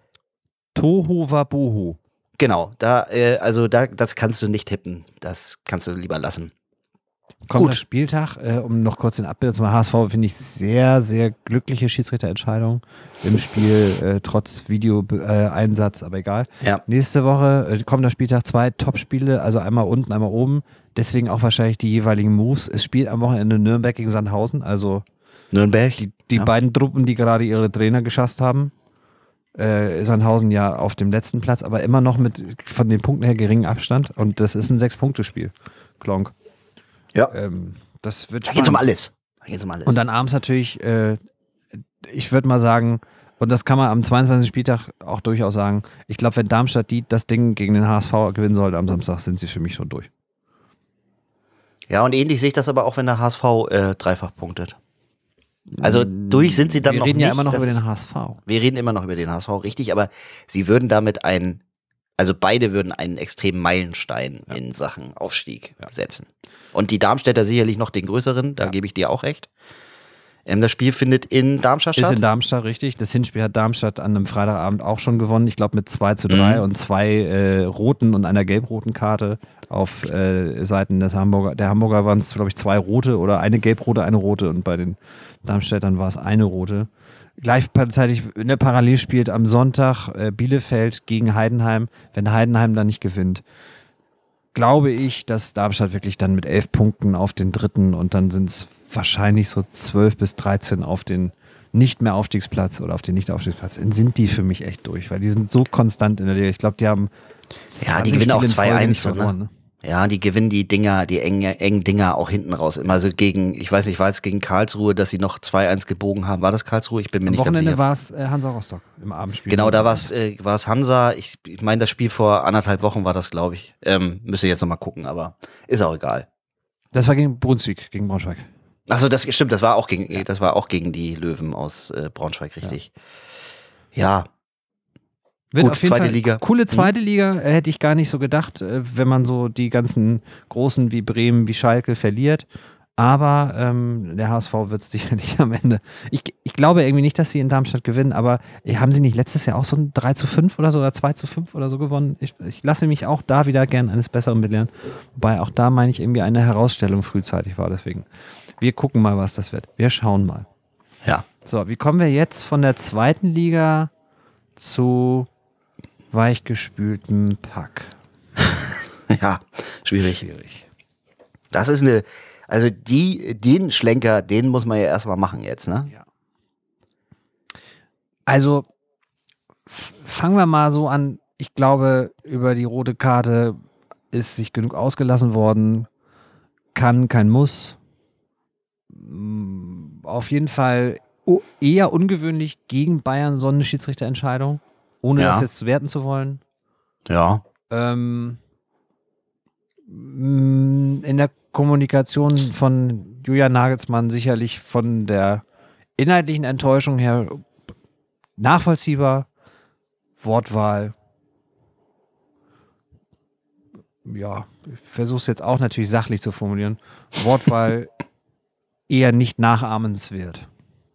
Tohu wabohu. Genau, das kannst du nicht tippen. Das kannst du lieber lassen. Kommender Spieltag, um noch kurz den Abbild zu machen. HSV finde ich sehr, sehr glückliche Schiedsrichterentscheidung im Spiel, trotz Videoeinsatz, aber egal. Ja. Nächste Woche, kommender Spieltag, 2 Top-Spiele, also einmal unten, einmal oben. Deswegen auch wahrscheinlich die jeweiligen Moves. Es spielt am Wochenende Nürnberg gegen Sandhausen, also Nürnberg. Die beiden Truppen, die gerade ihre Trainer geschasst haben. Sandhausen ja auf dem letzten Platz, aber immer noch mit von den Punkten her geringen Abstand. Und das ist ein 6-Punkte-Spiel. Klonk. Ja. Das wird da geht's um alles. Und dann abends natürlich, ich würde mal sagen, und das kann man am 22. Spieltag auch durchaus sagen, ich glaube, wenn Darmstadt das Ding gegen den HSV gewinnen sollte am Samstag, sind sie für mich schon durch. Ja, und ähnlich sehe ich das aber auch, wenn der HSV dreifach punktet. Also durch sind sie dann noch nicht. Wir reden ja immer noch über den HSV. Wir reden immer noch über den HSV, richtig, aber sie würden damit beide würden einen extremen Meilenstein in Sachen Aufstieg setzen. Und die Darmstädter sicherlich noch den größeren, da gebe ich dir auch recht. Das Spiel findet in Darmstadt statt. Ist in Darmstadt, richtig. Das Hinspiel hat Darmstadt an einem Freitagabend auch schon gewonnen. Ich glaube mit 2:3 und 2 roten und einer gelb-roten Karte auf Seiten der Hamburger waren es, glaube ich, 2 rote oder eine gelb-rote, eine rote und bei den Darmstädtern war es eine rote. Gleichzeitig parallel spielt am Sonntag Bielefeld gegen Heidenheim. Wenn Heidenheim dann nicht gewinnt, glaube ich, dass Darmstadt wirklich dann mit 11 Punkten auf den 3. und dann sind es wahrscheinlich so 12 bis 13 auf den Nicht-mehr-Aufstiegsplatz oder auf den Nicht-Aufstiegsplatz. Sind die für mich echt durch, weil die sind so konstant in der Liga. Ich glaube, die haben die gewinnen auch 2:1 verloren, ne? Ja, die gewinnen die Dinger, die engen Dinger auch hinten raus. Immer so ich weiß nicht, war es gegen Karlsruhe, dass sie noch 2:1 gebogen haben. War das Karlsruhe? Ich bin mir nicht ganz sicher. Am Wochenende war es Hansa Rostock im Abendspiel. Genau, da war es Hansa. Ich meine, das Spiel vor 1,5 Wochen war das, glaube ich. Müsste jetzt nochmal gucken, aber ist auch egal. Das war gegen Brunswick, gegen Braunschweig. Achso, das stimmt, das war auch gegen die Löwen aus Braunschweig, richtig. Ja. Wird gut, zweite Liga. Coole zweite Liga, hätte ich gar nicht so gedacht, wenn man so die ganzen Großen wie Bremen, wie Schalke verliert. Aber der HSV wird es sicherlich am Ende. Ich glaube irgendwie nicht, dass sie in Darmstadt gewinnen, aber haben sie nicht letztes Jahr auch so ein 3:5 oder so oder 2:5 oder so gewonnen? Ich lasse mich auch da wieder gern eines Besseren belehren. Wobei auch da, meine ich, irgendwie eine Herausstellung frühzeitig war. Deswegen, wir gucken mal, was das wird. Wir schauen mal. Ja. So, wie kommen wir jetzt von der zweiten Liga zu weichgespültem Pack? Ja, schwierig. Das ist also den Schlenker, den muss man ja erstmal machen jetzt, ne? Ja. Also, fangen wir mal so an. Ich glaube, über die rote Karte ist sich genug ausgelassen worden. Kann, kein Muss. Auf jeden Fall eher ungewöhnlich gegen Bayern so eine Schiedsrichterentscheidung, ohne das jetzt werten zu wollen. Ja. In der Kommunikation von Julian Nagelsmann sicherlich von der inhaltlichen Enttäuschung her nachvollziehbar. Wortwahl. Ja, ich versuche es jetzt auch natürlich sachlich zu formulieren. Wortwahl eher nicht nachahmenswert.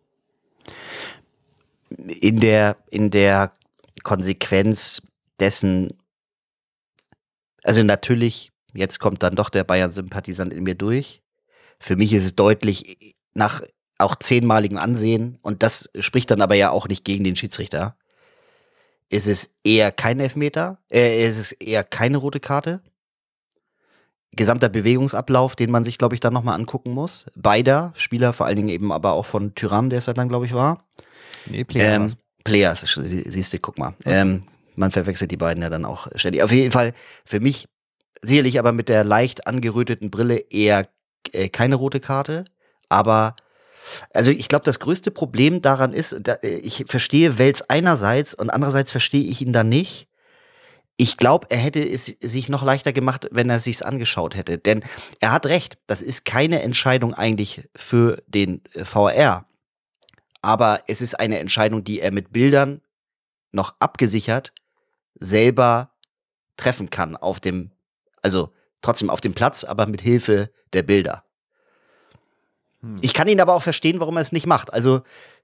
In der Konsequenz dessen, also natürlich, jetzt kommt dann doch der Bayern-Sympathisant in mir durch. Für mich ist es deutlich nach auch 10-maligem Ansehen, und das spricht dann aber ja auch nicht gegen den Schiedsrichter, ist es eher kein Elfmeter, ist es eher keine rote Karte. Gesamter Bewegungsablauf, den man sich, glaube ich, dann nochmal angucken muss. Beider Spieler, vor allen Dingen eben aber auch von Thuram, der es dann, glaube ich, war. Nee, Player. Player, siehst du, guck mal. Man verwechselt die beiden ja dann auch ständig. Auf jeden Fall für mich sicherlich aber mit der leicht angeröteten Brille eher keine rote Karte. Aber also ich glaube, das größte Problem daran ist, ich verstehe Welz einerseits und andererseits verstehe ich ihn dann nicht. Ich glaube, er hätte es sich noch leichter gemacht, wenn er es sich angeschaut hätte. Denn er hat recht, das ist keine Entscheidung eigentlich für den VAR. Aber es ist eine Entscheidung, die er mit Bildern noch abgesichert selber treffen kann also trotzdem auf dem Platz, aber mit Hilfe der Bilder. Ich kann ihn aber auch verstehen, warum er es nicht macht. Also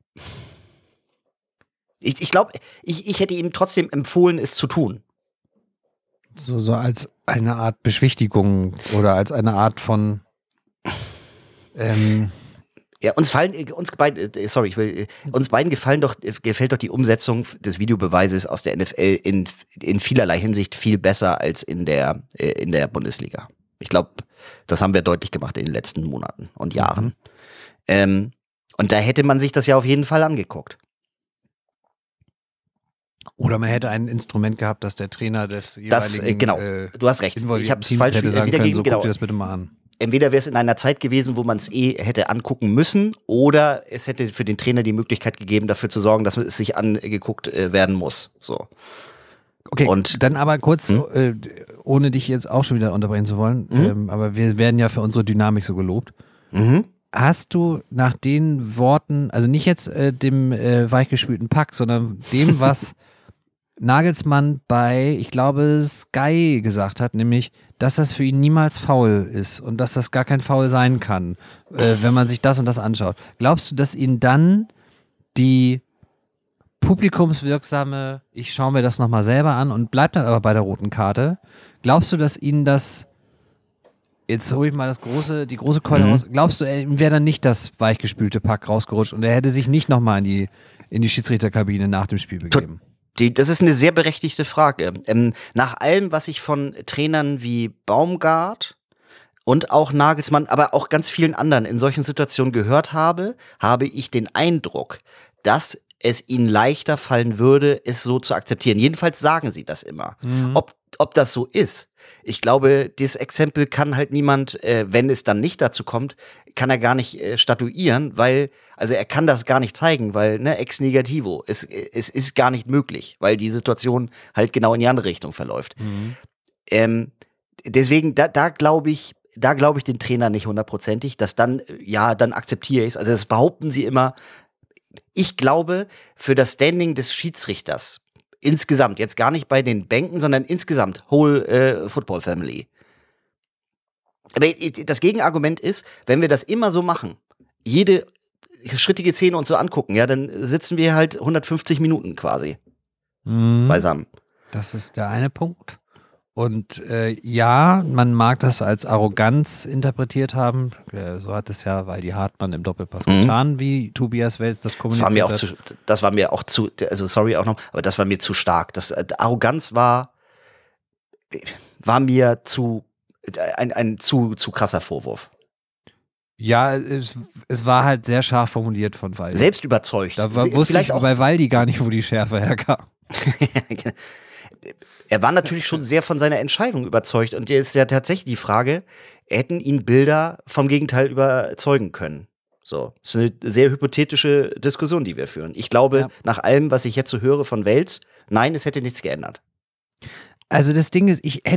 ich glaube, ich hätte ihm trotzdem empfohlen, es zu tun. So als eine Art Beschwichtigung oder als eine Art von ja, uns beiden gefällt doch die Umsetzung des Videobeweises aus der NFL in vielerlei Hinsicht viel besser als in der Bundesliga. Ich glaube, das haben wir deutlich gemacht in den letzten Monaten und Jahren. Und da hätte man sich das ja auf jeden Fall angeguckt. Oder man hätte ein Instrument gehabt, dass der Trainer des jeweiligen genau, du hast recht. Ich habe es falsch wiedergegeben. Genau. Das bitte mal an. Entweder wäre es in einer Zeit gewesen, wo man es hätte angucken müssen, oder es hätte für den Trainer die Möglichkeit gegeben, dafür zu sorgen, dass es sich angeguckt werden muss. So. Okay, und dann aber kurz, ohne dich jetzt auch schon wieder unterbrechen zu wollen, aber wir werden ja für unsere Dynamik so gelobt. Hast du nach den Worten, also nicht jetzt dem weichgespülten Pack, sondern dem, was Nagelsmann bei, ich glaube, Sky gesagt hat, nämlich, dass das für ihn niemals faul ist und dass das gar kein Faul sein kann, wenn man sich das und das anschaut. Glaubst du, dass ihn dann die publikumswirksame, ich schaue mir das nochmal selber an und bleib dann aber bei der roten Karte, glaubst du, dass ihn das, jetzt hole ich mal die große Keule raus, glaubst du, ihm wäre dann nicht das weichgespülte Pack rausgerutscht und er hätte sich nicht nochmal in die Schiedsrichterkabine nach dem Spiel begeben? Das ist eine sehr berechtigte Frage. Nach allem, was ich von Trainern wie Baumgart und auch Nagelsmann, aber auch ganz vielen anderen in solchen Situationen gehört habe, habe ich den Eindruck, dass es ihnen leichter fallen würde, es so zu akzeptieren. Jedenfalls sagen sie das immer. Ob das so ist, ich glaube, dieses Exempel kann halt niemand, wenn es dann nicht dazu kommt, kann er gar nicht statuieren, weil, also er kann das gar nicht zeigen, weil, ex negativo, es ist gar nicht möglich, weil die Situation halt genau in die andere Richtung verläuft. Deswegen, da glaube ich den Trainer nicht hundertprozentig, dass dann akzeptiere ich es. Also das behaupten sie immer. Ich glaube, für das Standing des Schiedsrichters insgesamt, jetzt gar nicht bei den Bänken, sondern insgesamt, whole Football Family. Aber das Gegenargument ist, wenn wir das immer so machen, jede schrittige Szene uns so angucken, ja, dann sitzen wir halt 150 Minuten quasi beisammen. Das ist der eine Punkt. Und ja, man mag das als Arroganz interpretiert haben. So hat es ja, weil die Hartmann im Doppelpass getan, wie Tobias Welz das kommuniziert hat. Das war mir auch zu, also sorry auch noch, aber das war mir zu stark. Arroganz war mir ein zu krasser Vorwurf. Ja, es war halt sehr scharf formuliert von Waldi. Selbst überzeugt. Da wusste ich bei Waldi gar nicht, wo die Schärfe herkam. Er war natürlich schon sehr von seiner Entscheidung überzeugt. Und jetzt ist ja tatsächlich die Frage, hätten ihn Bilder vom Gegenteil überzeugen können? So, das ist eine sehr hypothetische Diskussion, die wir führen. Ich glaube, nach allem, was ich jetzt so höre von Welz, nein, es hätte nichts geändert. Also das Ding ist, ich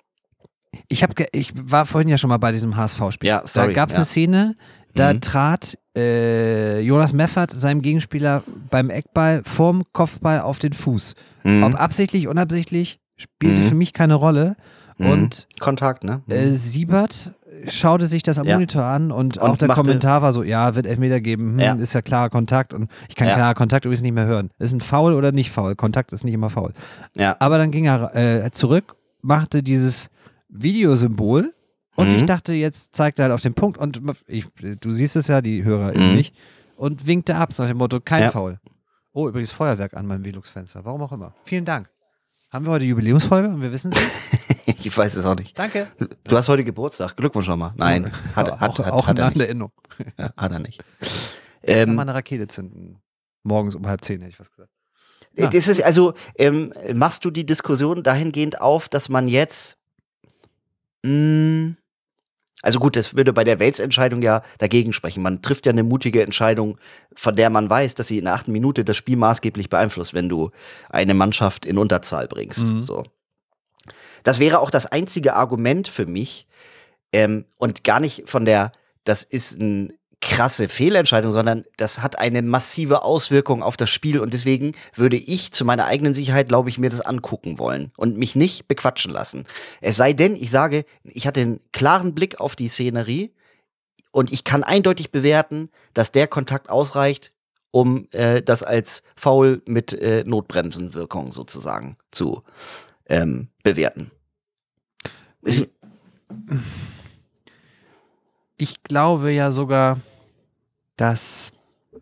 war vorhin ja schon mal bei diesem HSV-Spiel. Ja, sorry. Da gab es eine Szene, da trat Jonas Meffert seinem Gegenspieler beim Eckball vorm Kopfball auf den Fuß. Ob absichtlich, unabsichtlich, spielte für mich keine Rolle. Und Kontakt, ne? Siebert schaute sich das am Monitor an und auch der Kommentar war so, ja, wird Elfmeter geben, ist ja klarer Kontakt und ich kann klarer Kontakt übrigens nicht mehr hören. Ist ein Foul oder nicht Foul? Kontakt ist nicht immer Foul. Ja. Aber dann ging er zurück, machte dieses Videosymbol und ich dachte, jetzt zeigt er halt auf den Punkt und du siehst es ja, die Hörer nicht, und winkte ab, nach dem Motto, kein Foul. Oh, übrigens Feuerwerk an meinem Velux-Fenster, warum auch immer. Vielen Dank. Haben wir heute Jubiläumsfolge und wir wissen es? Ich weiß es auch nicht. Danke. Du hast heute Geburtstag. Glückwunsch nochmal. Nein. Auch in Erinnerung. Ja, hat er nicht. Kann man eine Rakete zünden. Morgens um 9:30, hätte ich was gesagt. Ja. Das ist also, machst du die Diskussion dahingehend auf, dass man jetzt also gut, das würde bei der Welz-Entscheidung ja dagegen sprechen. Man trifft ja eine mutige Entscheidung, von der man weiß, dass sie in der 8. Minute das Spiel maßgeblich beeinflusst, wenn du eine Mannschaft in Unterzahl bringst. So. Das wäre auch das einzige Argument für mich und gar nicht das ist eine krasse Fehlentscheidung, sondern das hat eine massive Auswirkung auf das Spiel und deswegen würde ich zu meiner eigenen Sicherheit, glaube ich, mir das angucken wollen und mich nicht bequatschen lassen. Es sei denn, ich sage, ich hatte einen klaren Blick auf die Szenerie und ich kann eindeutig bewerten, dass der Kontakt ausreicht, um das als Foul mit Notbremsenwirkung sozusagen zu bewerten. Ich glaube ja sogar, dass,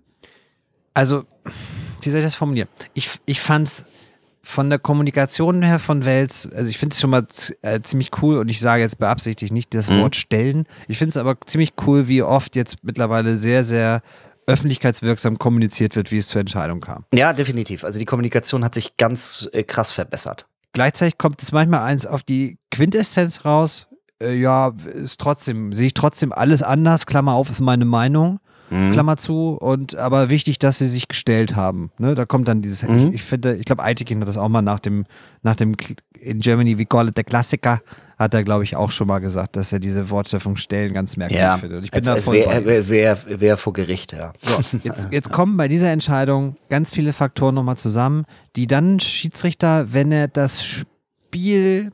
also, wie soll ich das formulieren? Ich fand's von der Kommunikation her von Welz, also ich finde es schon mal ziemlich cool und ich sage jetzt beabsichtigt nicht das Wort stellen. Ich finde es aber ziemlich cool, wie oft jetzt mittlerweile sehr, sehr öffentlichkeitswirksam kommuniziert wird, wie es zur Entscheidung kam. Ja, definitiv. Also die Kommunikation hat sich ganz krass verbessert. Gleichzeitig kommt es manchmal eins auf die Quintessenz raus. Ja, sehe ich trotzdem alles anders, Klammer auf, ist meine Meinung, Klammer zu, aber wichtig, dass sie sich gestellt haben. Ne? Da kommt dann dieses, ich glaube, Eitekin hat das auch mal nach dem in Germany, we call it der Klassiker, hat er, glaube ich, auch schon mal gesagt, dass er diese Wortschöpfung stellen ganz merkwürdig findet. Und ich bin da voll wer vor Gericht, ja. So, jetzt kommen bei dieser Entscheidung ganz viele Faktoren nochmal zusammen, die dann Schiedsrichter, wenn er das Spiel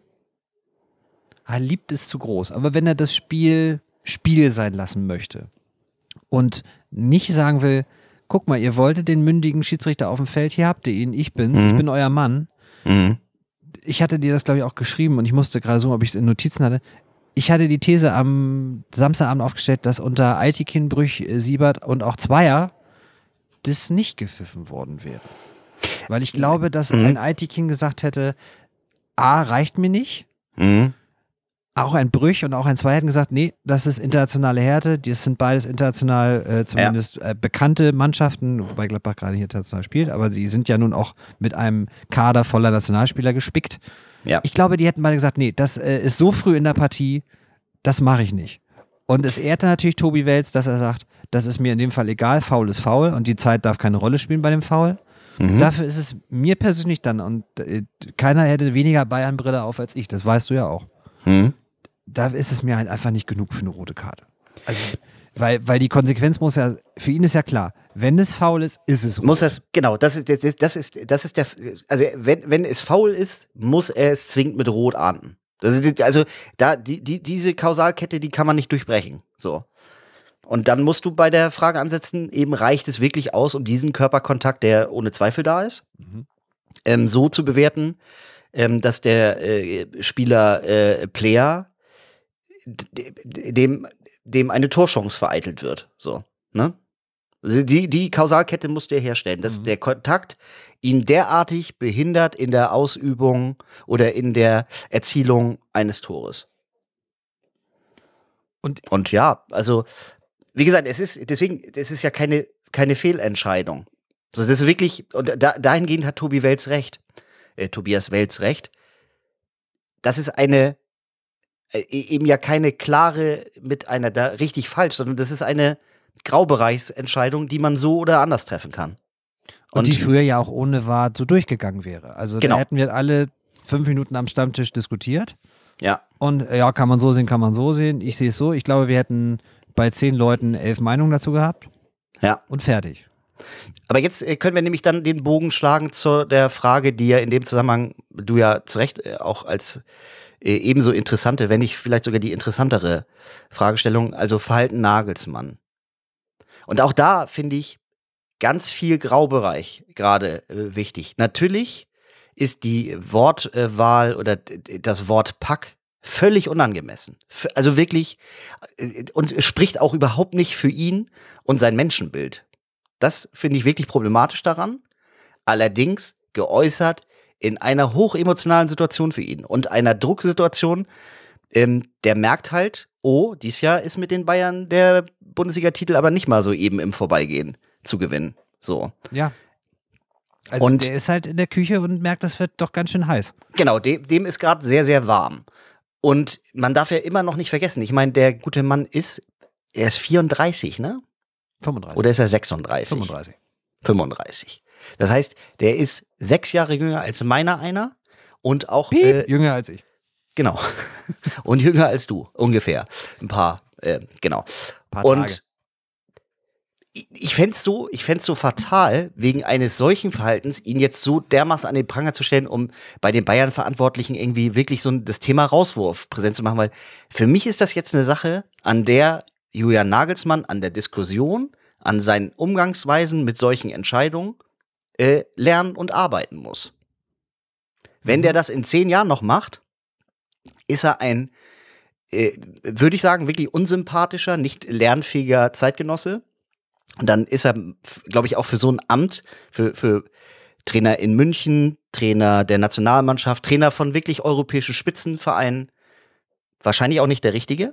liebt ist zu groß, aber wenn er das Spiel sein lassen möchte und nicht sagen will, guck mal, ihr wolltet den mündigen Schiedsrichter auf dem Feld, hier habt ihr ihn, ich bin's, ich bin euer Mann. Ich hatte dir das, glaube ich, auch geschrieben und ich musste gerade suchen, ob ich es in Notizen hatte. Ich hatte die These am Samstagabend aufgestellt, dass unter Eitekin, Brüch, Siebert und auch Zweier das nicht gepfiffen worden wäre. Weil ich glaube, dass ein Eitekin gesagt hätte, A, reicht mir nicht, auch ein Brüch und auch ein Zweier hätten gesagt, nee, das ist internationale Härte, das sind beides international zumindest bekannte Mannschaften, wobei Gladbach gerade hier international spielt, aber sie sind ja nun auch mit einem Kader voller Nationalspieler gespickt. Ja. Ich glaube, die hätten beide gesagt, nee, das ist so früh in der Partie, das mache ich nicht. Und es ehrte natürlich Tobi Welz, dass er sagt, das ist mir in dem Fall egal, Foul ist Foul und die Zeit darf keine Rolle spielen bei dem Foul. Dafür ist es mir persönlich dann, und keiner hätte weniger Bayern-Brille auf als ich, das weißt du ja auch. Da ist es mir halt einfach nicht genug für eine rote Karte. Also, weil die Konsequenz muss ja, für ihn ist ja klar, Wenn es faul ist, ist es rot. Muss es, genau, das ist der, also wenn es faul ist, muss er es zwingend mit Rot ahnden. Also da, diese Kausalkette, die kann man nicht durchbrechen, so. Und dann musst du bei der Frage ansetzen, eben reicht es wirklich aus, um diesen Körperkontakt, der ohne Zweifel da ist, so zu bewerten, dass der Spieler Player dem eine Torchance vereitelt wird. So, ne? Also die Kausalkette musst du herstellen, dass der Kontakt ihn derartig behindert in der Ausübung oder in der Erzielung eines Tores. Und ja, also wie gesagt, es ist ja keine Fehlentscheidung. Also das ist wirklich, und dahingehend hat Tobias Welz recht. Das ist eben ja keine klare mit einer da richtig falsch, sondern das ist eine Graubereichsentscheidung, die man so oder anders treffen kann. Und die früher ja auch ohne VAR so durchgegangen wäre. Also da hätten wir alle 5 Minuten am Stammtisch diskutiert. Ja. Und ja, kann man so sehen, kann man so sehen. Ich sehe es so. Ich glaube, wir hätten bei 10 Leuten 11 Meinungen dazu gehabt. Ja. Und fertig. Aber jetzt können wir nämlich dann den Bogen schlagen zu der Frage, die ja in dem Zusammenhang du ja zu Recht auch als ebenso interessante, wenn nicht vielleicht sogar die interessantere Fragestellung, also Verhalten Nagelsmann. Und auch da finde ich ganz viel Graubereich gerade wichtig. Natürlich ist die Wortwahl oder das Wort Pack völlig unangemessen. Also wirklich, und spricht auch überhaupt nicht für ihn und sein Menschenbild. Das finde ich wirklich problematisch daran. Allerdings geäußert in einer hochemotionalen Situation für ihn und einer Drucksituation, der merkt halt, oh, dieses Jahr ist mit den Bayern der Bundesliga-Titel aber nicht mal so eben im Vorbeigehen zu gewinnen. So. Ja. Also und der ist halt in der Küche und merkt, das wird doch ganz schön heiß. Genau, dem ist gerade sehr, sehr warm. Und man darf ja immer noch nicht vergessen, ich meine, der gute Mann er ist 34, ne? 35. Oder ist er 36? 35. Das heißt, der ist 6 Jahre jünger als meiner einer und auch jünger als ich. Genau. Und jünger als du, ungefähr. Ein paar, genau. Und ich fänd's so fatal, wegen eines solchen Verhaltens, ihn jetzt so dermaßen an den Pranger zu stellen, um bei den Bayern-Verantwortlichen irgendwie wirklich so das Thema Rauswurf präsent zu machen, weil für mich ist das jetzt eine Sache, an der Julian Nagelsmann an der Diskussion, an seinen Umgangsweisen mit solchen Entscheidungen lernen und arbeiten muss. Wenn der das in 10 Jahren noch macht, ist er ein, würde ich sagen, wirklich unsympathischer, nicht lernfähiger Zeitgenosse. Und dann ist er, glaube ich, auch für so ein Amt, für Trainer in München, Trainer der Nationalmannschaft, Trainer von wirklich europäischen Spitzenvereinen, wahrscheinlich auch nicht der Richtige.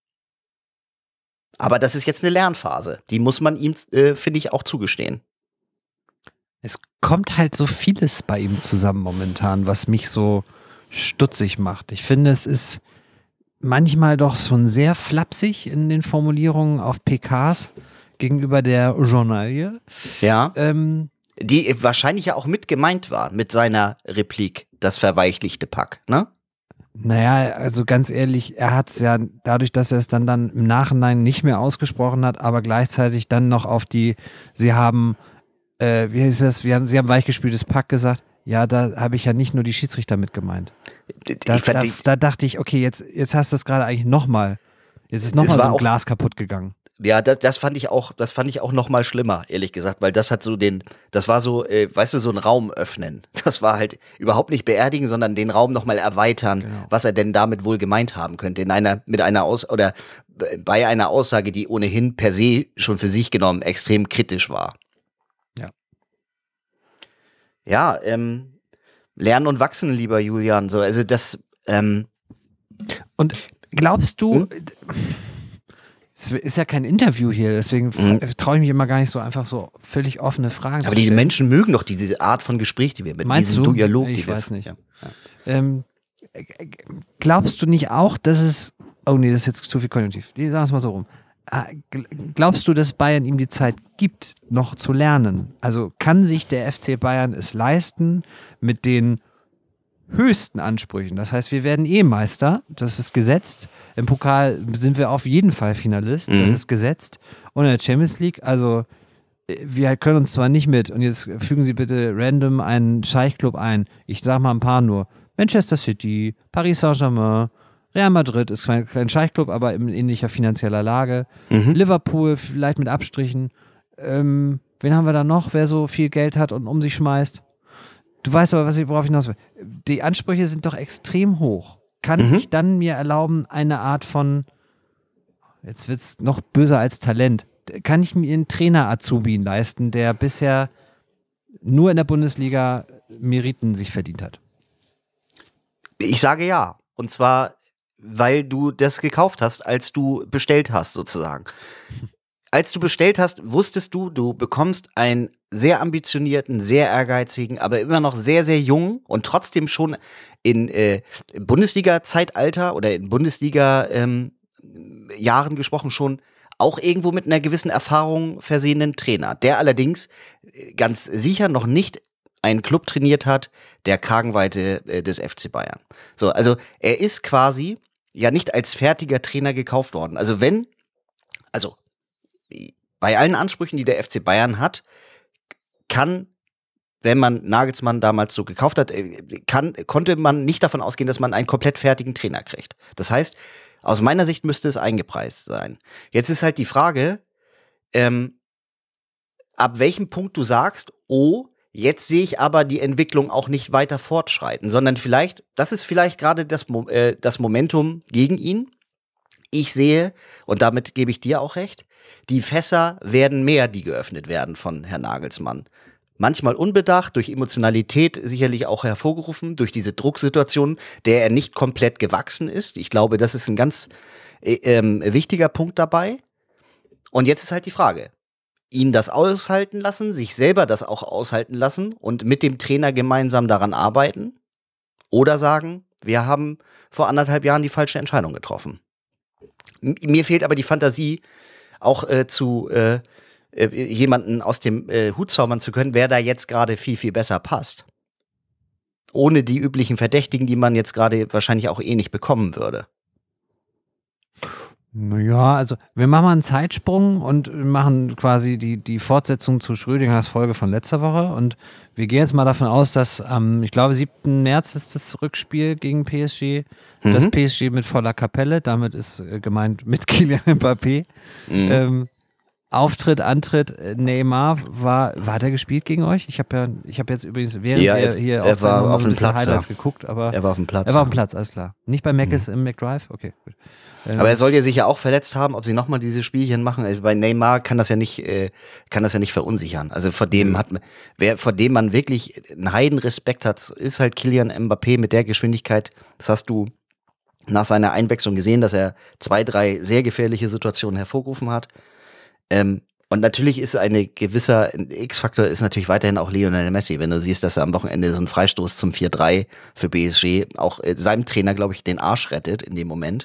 Aber das ist jetzt eine Lernphase. Die muss man ihm, finde ich, auch zugestehen. Es kommt halt so vieles bei ihm zusammen momentan, was mich so stutzig macht. Ich finde, es ist manchmal doch schon sehr flapsig in den Formulierungen auf PKs gegenüber der Journalie. Ja. Die wahrscheinlich ja auch mit gemeint war, mit seiner Replik, das verweichlichte Pack, ne? Naja, also ganz ehrlich, er hat es ja dadurch, dass er es dann im Nachhinein nicht mehr ausgesprochen hat, aber gleichzeitig dann noch auf sie haben, wie hieß das, sie haben weichgespültes Pack gesagt. Ja, da habe ich ja nicht nur die Schiedsrichter mit gemeint. Da dachte ich, okay, jetzt hast du es gerade eigentlich nochmal. Jetzt ist nochmal so ein Glas kaputt gegangen. Ja, das fand ich auch noch mal schlimmer, ehrlich gesagt, weil das hat das war so, weißt du, so ein Raum öffnen. Das war halt überhaupt nicht beerdigen, sondern den Raum noch mal erweitern, genau. Was er denn damit wohl gemeint haben könnte, oder bei einer Aussage, die ohnehin per se schon für sich genommen extrem kritisch war. Ja. Ja, lernen und wachsen, lieber Julian, so, also das, Und glaubst du, es ist ja kein Interview hier, deswegen traue ich mich immer gar nicht so einfach so völlig offene Fragen zu stellen. Aber die Menschen mögen doch diese Art von Gespräch, die wir mit diesem Dialog, ich weiß nicht. Ja. Glaubst du nicht auch, dass es, oh nee, das ist jetzt zu viel Konjunktiv, sagen wir es mal so rum. Glaubst du, dass Bayern ihm die Zeit gibt, noch zu lernen? Also kann sich der FC Bayern es leisten, mit den höchsten Ansprüchen, das heißt, wir werden Meister, das ist gesetzt, im Pokal sind wir auf jeden Fall Finalist, das ist gesetzt, und in der Champions League, also wir können uns zwar nicht mit, und jetzt fügen Sie bitte random einen Scheichclub ein, ich sag mal ein paar nur, Manchester City, Paris Saint-Germain, Real Madrid ist kein Scheichclub, aber in ähnlicher finanzieller Lage, Liverpool vielleicht mit Abstrichen, wen haben wir da noch, wer so viel Geld hat und um sich schmeißt? Du weißt aber, worauf ich hinaus will. Die Ansprüche sind doch extrem hoch. Kann ich dann mir erlauben, eine Art von, jetzt wird es noch böser als Talent, kann ich mir einen Trainer-Azubi leisten, der bisher nur in der Bundesliga Meriten sich verdient hat? Ich sage ja. Und zwar, weil du das gekauft hast, als du bestellt hast, sozusagen. Als du bestellt hast, wusstest du, du bekommst einen sehr ambitionierten, sehr ehrgeizigen, aber immer noch sehr, sehr jungen und trotzdem schon in Bundesliga-Zeitalter oder in Bundesliga-Jahren gesprochen schon auch irgendwo mit einer gewissen Erfahrung versehenen Trainer, der allerdings ganz sicher noch nicht einen Club trainiert hat, der Kragenweite des FC Bayern. So, also er ist quasi ja nicht als fertiger Trainer gekauft worden. Also bei allen Ansprüchen, die der FC Bayern hat, kann, wenn man Nagelsmann damals so gekauft hat, konnte man nicht davon ausgehen, dass man einen komplett fertigen Trainer kriegt. Das heißt, aus meiner Sicht müsste es eingepreist sein. Jetzt ist halt die Frage, ab welchem Punkt du sagst, jetzt sehe ich aber die Entwicklung auch nicht weiter fortschreiten, sondern das ist vielleicht gerade das Momentum gegen ihn. Ich sehe, und damit gebe ich dir auch recht, die Fässer werden mehr, die geöffnet werden von Herrn Nagelsmann. Manchmal unbedacht, durch Emotionalität sicherlich auch hervorgerufen, durch diese Drucksituation, der er nicht komplett gewachsen ist. Ich glaube, das ist ein ganz wichtiger Punkt dabei. Und jetzt ist halt die Frage, ihn das aushalten lassen, sich selber das auch aushalten lassen und mit dem Trainer gemeinsam daran arbeiten oder sagen, wir haben vor 1,5 Jahren die falsche Entscheidung getroffen. Mir fehlt aber die Fantasie, auch jemanden aus dem Hut zaubern zu können, wer da jetzt gerade viel, viel besser passt. Ohne die üblichen Verdächtigen, die man jetzt gerade wahrscheinlich auch nicht bekommen würde. Naja, also wir machen mal einen Zeitsprung und machen quasi die Fortsetzung zu Schrödingers Folge von letzter Woche und wir gehen jetzt mal davon aus, dass am, ich glaube, 7. März ist das Rückspiel gegen PSG, das PSG mit voller Kapelle, damit ist gemeint mit Kylian Mbappé. Antritt, Neymar, hat er gespielt gegen euch? Ich habe jetzt übrigens, während wir hier er war auf dem Platz, Highlights geguckt, aber er war auf dem Platz. Er war auf dem Platz, alles klar. Nicht bei Mac im McDrive? Okay, gut. Aber er soll ja sich ja auch verletzt haben, ob sie nochmal diese Spielchen machen. Also bei Neymar kann das ja nicht verunsichern. Also vor dem man wirklich einen Heidenrespekt hat, ist halt Kylian Mbappé mit der Geschwindigkeit. Das hast du nach seiner Einwechslung gesehen, dass er 2, 3 sehr gefährliche Situationen hervorgerufen hat. Und natürlich ist ein gewisser X-Faktor ist natürlich weiterhin auch Lionel Messi. Wenn du siehst, dass er am Wochenende so einen Freistoß zum 4-3 für PSG auch seinem Trainer, glaube ich, den Arsch rettet in dem Moment.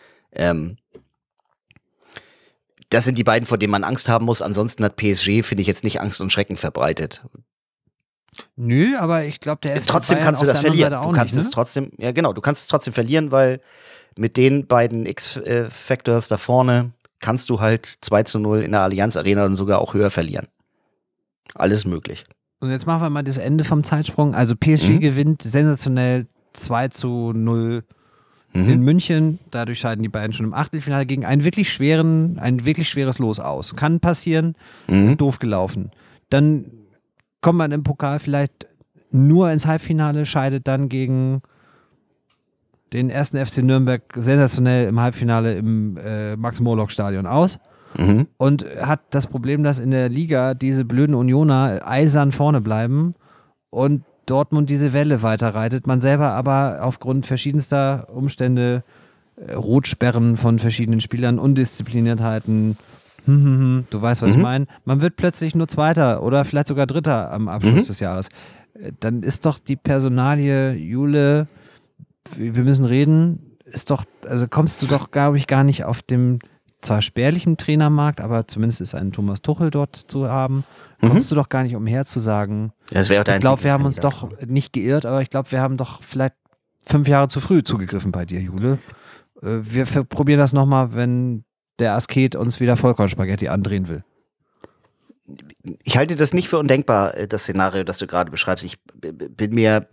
Das sind die beiden, vor denen man Angst haben muss. Ansonsten hat PSG, finde ich, jetzt nicht Angst und Schrecken verbreitet. Nö, aber ich glaube, der FC trotzdem Bayern kannst du das verlieren. Du kannst es trotzdem, ja genau, du kannst es trotzdem verlieren, weil mit den beiden X-Factors da vorne kannst du halt 2-0 in der Allianz Arena und sogar auch höher verlieren. Alles möglich. Und jetzt machen wir mal das Ende vom Zeitsprung. Also PSG gewinnt sensationell 2-0 in München. Dadurch scheiden die beiden schon im Achtelfinale gegen ein wirklich schweres Los aus. Kann passieren, doof gelaufen. Dann kommt man im Pokal vielleicht nur ins Halbfinale, scheidet dann gegen den 1. FC Nürnberg sensationell im Halbfinale im Max-Morlock-Stadion aus und hat das Problem, dass in der Liga diese blöden Unioner eisern vorne bleiben und Dortmund diese Welle weiterreitet, man selber aber aufgrund verschiedenster Umstände, Rotsperren von verschiedenen Spielern, Undiszipliniertheiten, du weißt, was ich meine, man wird plötzlich nur Zweiter oder vielleicht sogar Dritter am Abschluss des Jahres. Dann ist doch die Personalie Jule, wir müssen reden, kommst du doch, glaube ich, gar nicht auf dem zwar spärlichen Trainermarkt, aber zumindest ist ein Thomas Tuchel dort zu haben, kommst du doch gar nicht umher zu sagen, das wäre auch ich glaube, wir haben uns doch nicht geirrt, aber ich glaube, wir haben doch vielleicht 5 Jahre zu früh zugegriffen bei dir, Jule. Wir probieren das nochmal, wenn der Asket uns wieder Vollkornspaghetti andrehen will. ich halte das nicht für undenkbar, das Szenario, das du gerade beschreibst. Ich bin mir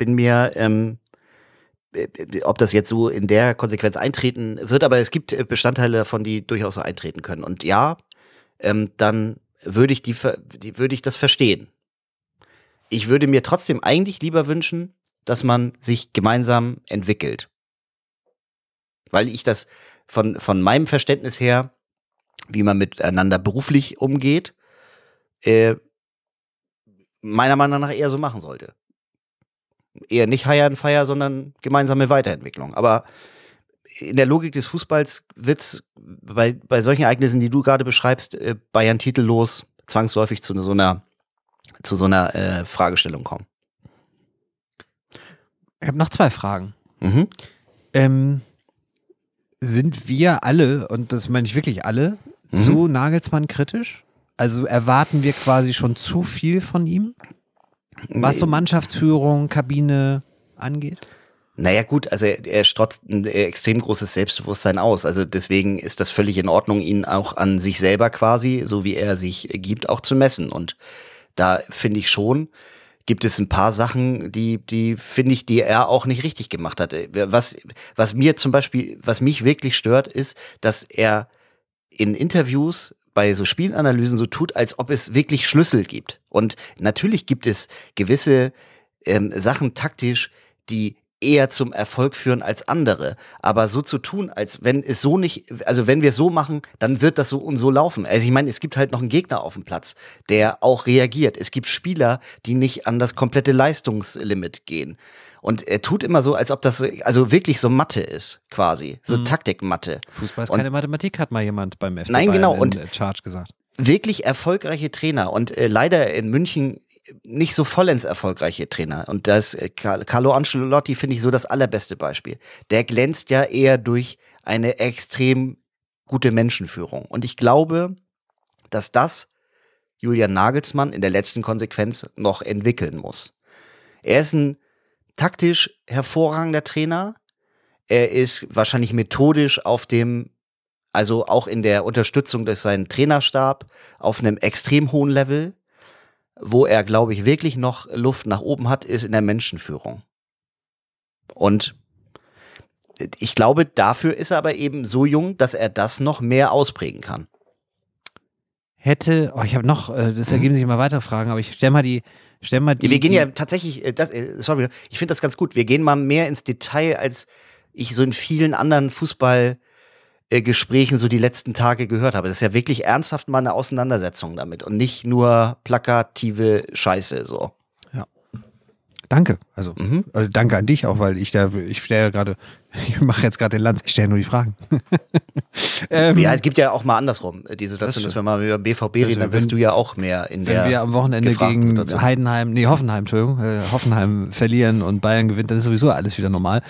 ob das jetzt so in der Konsequenz eintreten wird, aber es gibt Bestandteile davon, die durchaus so eintreten können. Und ja, dann würde ich das verstehen. Ich würde mir trotzdem eigentlich lieber wünschen, dass man sich gemeinsam entwickelt. Weil ich das von meinem Verständnis her, wie man miteinander beruflich umgeht, meiner Meinung nach eher so machen sollte. Eher nicht Hire and Fire, sondern gemeinsame Weiterentwicklung. Aber in der Logik des Fußballs wird es bei solchen Ereignissen, die du gerade beschreibst, Bayern titellos zwangsläufig zu so einer Fragestellung kommen. Ich habe noch 2 Fragen. Sind wir alle, und das meine ich wirklich alle, zu Nagelsmann kritisch? Also erwarten wir quasi schon zu viel von ihm? Was so Mannschaftsführung, Kabine angeht? Naja gut, also er strotzt ein extrem großes Selbstbewusstsein aus. Also deswegen ist das völlig in Ordnung, ihn auch an sich selber quasi, so wie er sich gibt, auch zu messen. Und da finde ich schon, gibt es ein paar Sachen, die finde ich, die er auch nicht richtig gemacht hat. Was mich wirklich stört, ist, dass er in Interviews bei so Spielanalysen so tut, als ob es wirklich Schlüssel gibt. Und natürlich gibt es gewisse Sachen taktisch, die eher zum Erfolg führen als andere. Aber so zu tun, als wenn es so nicht, also wenn wir es so machen, dann wird das so und so laufen. Also ich meine, es gibt halt noch einen Gegner auf dem Platz, der auch reagiert. Es gibt Spieler, die nicht an das komplette Leistungslimit gehen. Und er tut immer so, als ob das also wirklich so Mathe ist, quasi. So Taktikmathe. Fußball ist keine Mathematik, hat mal jemand beim FC Nein, genau. Und Charge gesagt. Wirklich erfolgreiche Trainer und leider in München nicht so vollends erfolgreiche Trainer. Und das Carlo Ancelotti finde ich so das allerbeste Beispiel. Der glänzt ja eher durch eine extrem gute Menschenführung. Und ich glaube, dass das Julian Nagelsmann in der letzten Konsequenz noch entwickeln muss. Er ist ein taktisch hervorragender Trainer. Er ist wahrscheinlich methodisch also auch in der Unterstützung durch seinen Trainerstab auf einem extrem hohen Level. Wo er, glaube ich, wirklich noch Luft nach oben hat, ist in der Menschenführung. Und ich glaube, dafür ist er aber eben so jung, dass er das noch mehr ausprägen kann. Ich habe noch, das ergeben sich immer weitere Fragen, aber ich stell mal die. Wir gehen ja tatsächlich, sorry, ich finde das ganz gut. Wir gehen mal mehr ins Detail, als ich so in vielen anderen Fußballgesprächen so die letzten Tage gehört habe. Das ist ja wirklich ernsthaft mal eine Auseinandersetzung damit und nicht nur plakative Scheiße so. Ja. Danke. Also danke an dich auch, weil ich mache jetzt gerade den Lanz, ich stelle nur die Fragen. Ja, es gibt ja auch mal andersrum die Situation, dass wenn wir mal über den BVB reden, dann wirst du ja auch mehr in der Wenn wir am Wochenende gegen Hoffenheim verlieren und Bayern gewinnt, dann ist sowieso alles wieder normal.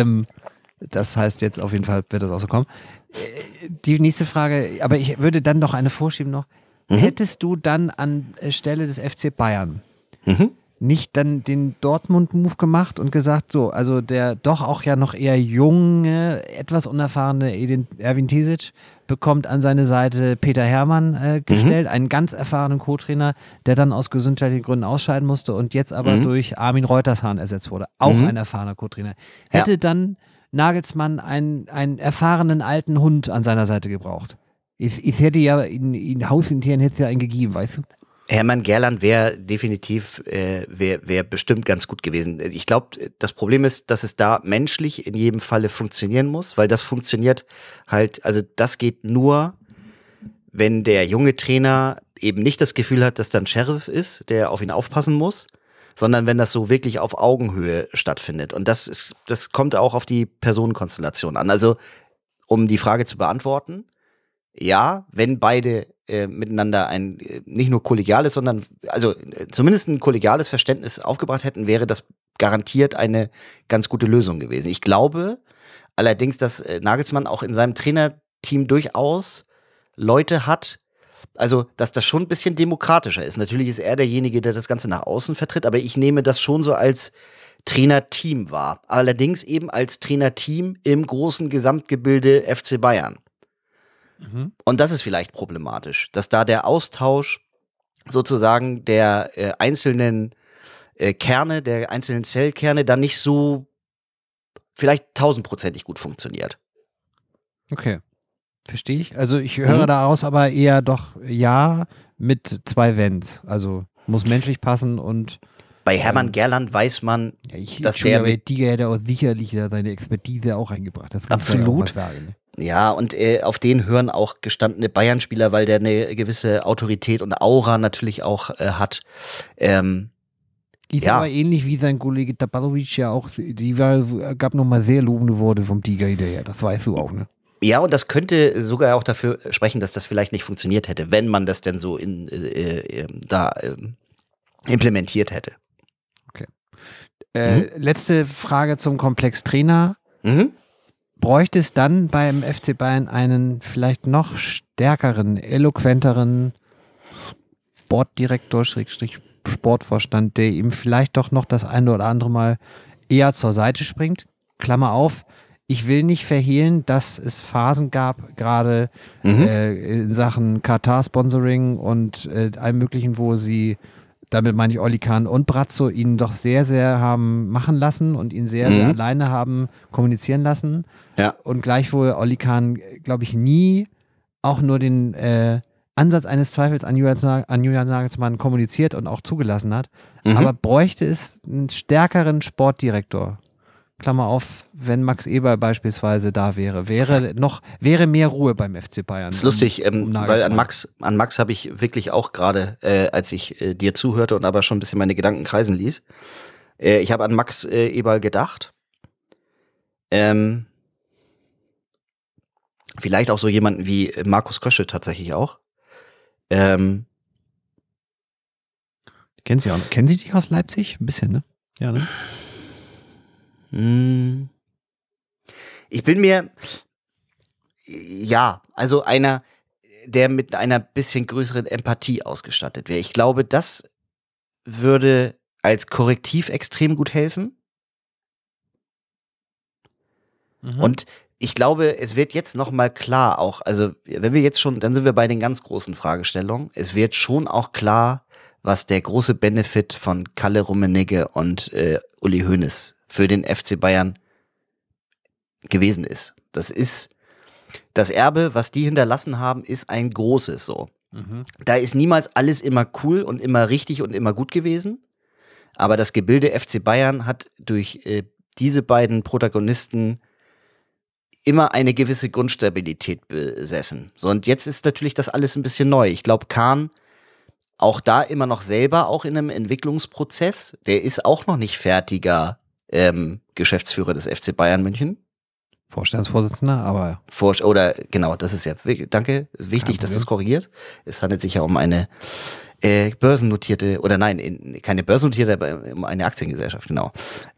Das heißt, jetzt auf jeden Fall wird das auch so kommen. Die nächste Frage, aber ich würde dann noch eine vorschieben noch. Hättest du dann an Stelle des FC Bayern nicht dann den Dortmund-Move gemacht und gesagt, so, also der doch auch ja noch eher junge, etwas unerfahrene Erwin Terzic bekommt an seine Seite Peter Hermann gestellt, einen ganz erfahrenen Co-Trainer, der dann aus gesundheitlichen Gründen ausscheiden musste und jetzt aber durch Armin Reutershahn ersetzt wurde. Auch ein erfahrener Co-Trainer. Hätte dann Nagelsmann einen erfahrenen alten Hund an seiner Seite gebraucht? Ich hätte ja in hausintern hätte es ja einen gegeben, weißt du? Hermann Gerland wäre definitiv, wäre bestimmt ganz gut gewesen. Ich glaube, das Problem ist, dass es da menschlich in jedem Falle funktionieren muss, weil das funktioniert halt, also das geht nur, wenn der junge Trainer eben nicht das Gefühl hat, dass da ein Sheriff ist, der auf ihn aufpassen muss, sondern wenn das so wirklich auf Augenhöhe stattfindet. Und das kommt auch auf die Personenkonstellation an. Also, um die Frage zu beantworten, ja, wenn beide miteinander ein nicht nur kollegiales, sondern also zumindest ein kollegiales Verständnis aufgebracht hätten, wäre das garantiert eine ganz gute Lösung gewesen. Ich glaube allerdings, dass Nagelsmann auch in seinem Trainerteam durchaus Leute hat, also dass das schon ein bisschen demokratischer ist. Natürlich ist er derjenige, der das Ganze nach außen vertritt, aber ich nehme das schon so als Trainerteam wahr. Allerdings eben als Trainerteam im großen Gesamtgebilde FC Bayern. Und das ist vielleicht problematisch, dass da der Austausch sozusagen der einzelnen Kerne, der einzelnen Zellkerne dann nicht so vielleicht 1000%ig gut funktioniert. Okay, verstehe ich. Also ich höre daraus aber eher doch ja mit 2 Wenns. Also muss menschlich passen und bei Hermann Gerland weiß man, dass der Tiger hätte auch sicherlich seine Expertise auch eingebracht. Das absolut. Sagen, ne? Ja, und auf den hören auch gestandene Bayern-Spieler, weil der eine gewisse Autorität und Aura natürlich auch hat. Ist aber ähnlich wie sein Kollege Tapalovic ja auch, gab nochmal sehr lobende Worte vom Tiger hinterher, das weißt du auch, ne? Ja, und das könnte sogar auch dafür sprechen, dass das vielleicht nicht funktioniert hätte, wenn man das denn so implementiert hätte. Okay. Letzte Frage zum Komplex Trainer. Bräuchte es dann beim FC Bayern einen vielleicht noch stärkeren, eloquenteren Sportdirektor, Sportvorstand, der ihm vielleicht doch noch das eine oder andere Mal eher zur Seite springt? Klammer auf, ich will nicht verhehlen, dass es Phasen gab, gerade in Sachen Katar-Sponsoring und allem Möglichen, wo sie, damit meine ich Oli Kahn und Brazzo, ihn doch sehr, sehr haben machen lassen und ihn sehr, sehr alleine haben kommunizieren lassen. Ja. Und gleichwohl Oli Kahn, glaube ich, nie auch nur den Ansatz eines Zweifels an Julian Nagelsmann kommuniziert und auch zugelassen hat. Aber bräuchte es einen stärkeren Sportdirektor? Klammer auf, wenn Max Eberl beispielsweise da wäre, wäre mehr Ruhe beim FC Bayern. Das ist lustig, weil an Max habe ich wirklich auch gerade, als ich dir zuhörte und aber schon ein bisschen meine Gedanken kreisen ließ, ich habe an Max Eberl gedacht. Vielleicht auch so jemanden wie Markus Krösche tatsächlich auch. Kennen Sie auch noch? Kennen Sie dich aus Leipzig? Ein bisschen, ne? Ja, ne? Ich bin mir, also einer, der mit einer bisschen größeren Empathie ausgestattet wäre. Ich glaube, das würde als Korrektiv extrem gut helfen. Und ich glaube, es wird jetzt nochmal klar auch, also wenn wir jetzt schon, dann sind wir bei den ganz großen Fragestellungen. Es wird schon auch klar, was der große Benefit von Kalle Rummenigge und Uli Hoeneß für den FC Bayern gewesen ist. Das ist das Erbe, was die hinterlassen haben, ist ein großes so. Da ist niemals alles immer cool und immer richtig und immer gut gewesen. Aber das Gebilde FC Bayern hat durch diese beiden Protagonisten immer eine gewisse Grundstabilität besessen. So, und jetzt ist natürlich das alles ein bisschen neu. Ich glaube, Kahn auch da immer noch selber auch in einem Entwicklungsprozess. Der ist auch noch nicht fertiger Geschäftsführer des FC Bayern München. Vorstandsvorsitzender, aber genau, das ist ja, danke, wichtig, dass das korrigiert. Es handelt sich ja um eine börsennotierte, oder nein, keine börsennotierte, aber um eine Aktiengesellschaft, genau.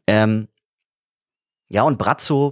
Ja, und Brazzo,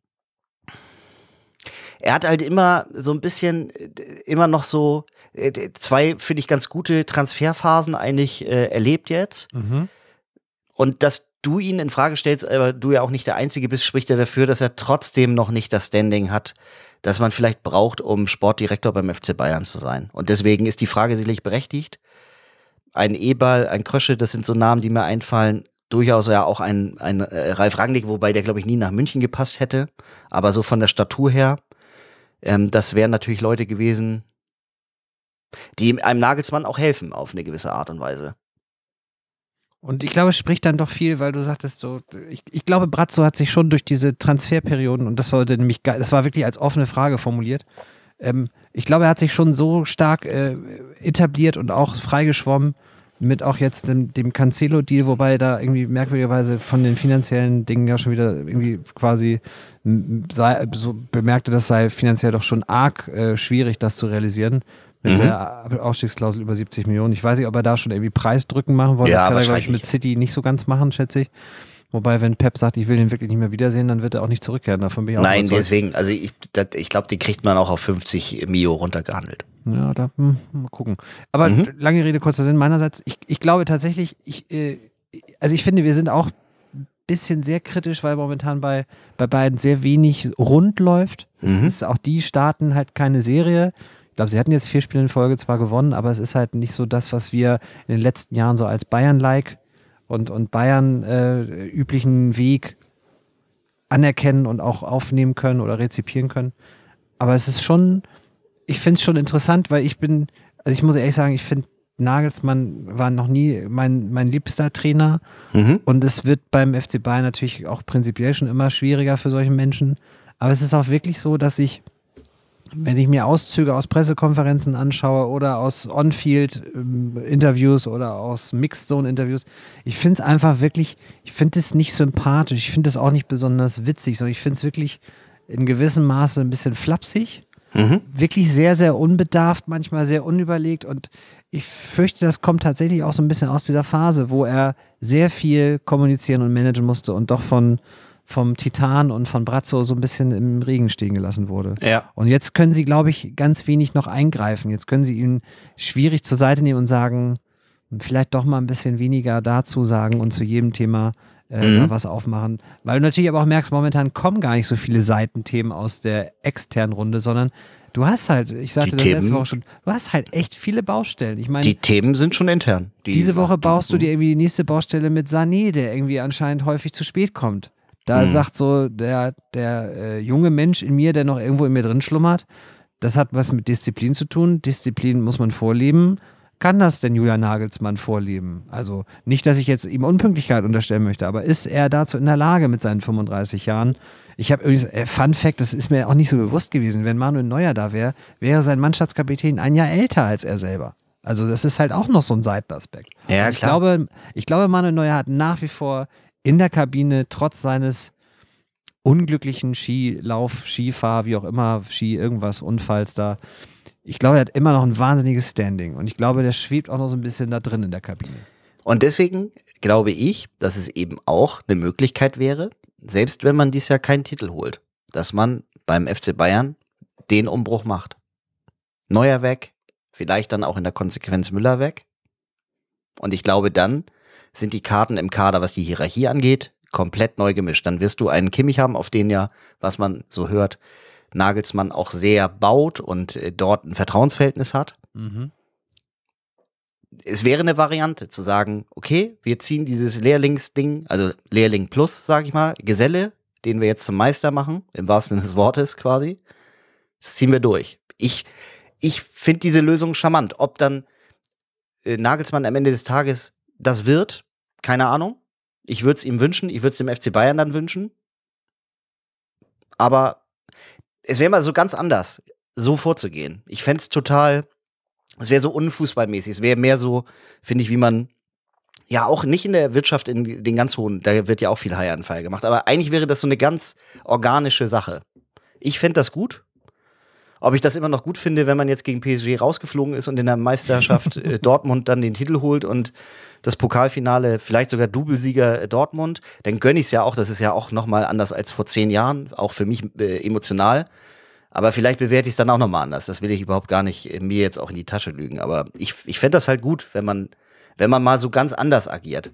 er hat halt immer so ein bisschen, immer noch so 2, finde ich, ganz gute Transferphasen eigentlich erlebt jetzt. Und dass du ihn in Frage stellst, aber du ja auch nicht der Einzige bist, spricht ja dafür, dass er trotzdem noch nicht das Standing hat, das man vielleicht braucht, um Sportdirektor beim FC Bayern zu sein. Und deswegen ist die Frage sicherlich berechtigt. Ein Eberl, ein Krösche, das sind so Namen, die mir einfallen. Durchaus ja auch ein Ralf Rangnick, wobei der, glaube ich, nie nach München gepasst hätte. Aber so von der Statur her, das wären natürlich Leute gewesen, die einem Nagelsmann auch helfen auf eine gewisse Art und Weise. Und ich glaube, es spricht dann doch viel, weil du sagtest so, ich glaube, Brazzo hat sich schon durch diese Transferperioden, und das sollte nämlich, das war wirklich als offene Frage formuliert, ich glaube, er hat sich schon so stark etabliert und auch freigeschwommen mit auch jetzt dem Cancelo-Deal, wobei da irgendwie merkwürdigerweise von den finanziellen Dingen ja schon wieder irgendwie quasi so bemerkte, das sei finanziell doch schon arg schwierig, das zu realisieren. Mit der Ausstiegsklausel über 70 Millionen. Ich weiß nicht, ob er da schon irgendwie Preisdrücken machen wollte. Ja, das kann er, glaube ich, mit City nicht so ganz machen, schätze ich. Wobei, wenn Pep sagt, ich will den wirklich nicht mehr wiedersehen, dann wird er auch nicht zurückkehren. Davon bin ich auch Nein, deswegen, also ich glaube, die kriegt man auch auf 50 Mio runtergehandelt. Ja, da mal gucken. Aber lange Rede, kurzer Sinn meinerseits. Ich glaube tatsächlich, also ich finde, wir sind auch ein bisschen sehr kritisch, weil momentan bei beiden sehr wenig rund läuft. Es ist auch, die starten halt keine Serie. Ich glaube, sie hatten jetzt 4 Spiele in Folge zwar gewonnen, aber es ist halt nicht so das, was wir in den letzten Jahren so als Bayern-like und Bayern üblichen Weg anerkennen und auch aufnehmen können oder rezipieren können. Aber es ist schon, ich finde es schon interessant, weil ich muss ehrlich sagen, ich finde, Nagelsmann war noch nie mein liebster Trainer und es wird beim FC Bayern natürlich auch prinzipiell schon immer schwieriger für solche Menschen. Aber es ist auch wirklich so, dass wenn ich mir Auszüge aus Pressekonferenzen anschaue oder aus On-Field-Interviews oder aus Mixed-Zone-Interviews, ich finde es einfach wirklich, ich finde es nicht sympathisch, ich finde es auch nicht besonders witzig, sondern ich finde es wirklich in gewissem Maße ein bisschen flapsig, wirklich sehr, sehr unbedarft, manchmal sehr unüberlegt und ich fürchte, das kommt tatsächlich auch so ein bisschen aus dieser Phase, wo er sehr viel kommunizieren und managen musste und doch vom Titan und von Brazzo so ein bisschen im Regen stehen gelassen wurde. Ja. Und jetzt können sie, glaube ich, ganz wenig noch eingreifen. Jetzt können sie ihn schwierig zur Seite nehmen und sagen, vielleicht doch mal ein bisschen weniger dazu sagen und zu jedem Thema da was aufmachen. Weil du natürlich aber auch merkst, momentan kommen gar nicht so viele Seitenthemen aus der externen Runde, sondern du hast halt, ich sagte das letzte Woche schon, du hast halt echt viele Baustellen. Ich meine, die Themen sind schon intern. Diese Woche baust du dir irgendwie die nächste Baustelle mit Sané, der irgendwie anscheinend häufig zu spät kommt. Da sagt so der junge Mensch in mir, der noch irgendwo in mir drin schlummert, das hat was mit Disziplin zu tun. Disziplin muss man vorleben. Kann das denn Julian Nagelsmann vorleben? Also nicht, dass ich jetzt ihm Unpünktlichkeit unterstellen möchte, aber ist er dazu in der Lage mit seinen 35 Jahren? Ich habe übrigens, Fun Fact, das ist mir auch nicht so bewusst gewesen, wenn Manuel Neuer da wäre sein Mannschaftskapitän ein Jahr älter als er selber. Also das ist halt auch noch so ein Seitenaspekt. Ja, klar. Ich glaube, Manuel Neuer hat nach wie vor in der Kabine, trotz seines unglücklichen Skifahr, wie auch immer, irgendwas, Unfalls da, ich glaube, er hat immer noch ein wahnsinniges Standing und ich glaube, der schwebt auch noch so ein bisschen da drin in der Kabine. Und deswegen glaube ich, dass es eben auch eine Möglichkeit wäre, selbst wenn man dieses Jahr keinen Titel holt, dass man beim FC Bayern den Umbruch macht. Neuer weg, vielleicht dann auch in der Konsequenz Müller weg. Und ich glaube, dann sind die Karten im Kader, was die Hierarchie angeht, komplett neu gemischt. Dann wirst du einen Kimmich haben, auf den ja, was man so hört, Nagelsmann auch sehr baut und dort ein Vertrauensverhältnis hat. Es wäre eine Variante zu sagen, okay, wir ziehen dieses Lehrlingsding, also Lehrling plus, sage ich mal, Geselle, den wir jetzt zum Meister machen, im wahrsten Sinne des Wortes quasi, das ziehen wir durch. Ich finde diese Lösung charmant. Ob dann Nagelsmann am Ende des Tages das wird, keine Ahnung. Ich würde es ihm wünschen, ich würde es dem FC Bayern dann wünschen. Aber es wäre mal so ganz anders, so vorzugehen. Ich fände es total, es wäre so unfußballmäßig. Es wäre mehr so, finde ich, wie man, ja auch nicht in der Wirtschaft in den ganz hohen, da wird ja auch viel Haianfall gemacht, aber eigentlich wäre das so eine ganz organische Sache. Ich fände das gut. Ob ich das immer noch gut finde, wenn man jetzt gegen PSG rausgeflogen ist und in der Meisterschaft Dortmund dann den Titel holt und das Pokalfinale, vielleicht sogar Doublesieger Dortmund, dann gönne ich es ja auch. Das ist ja auch nochmal anders als vor 10 Jahren, auch für mich emotional. Aber vielleicht bewerte ich es dann auch nochmal anders. Das will ich überhaupt gar nicht mir jetzt auch in die Tasche lügen. Aber ich fände das halt gut, wenn man mal so ganz anders agiert.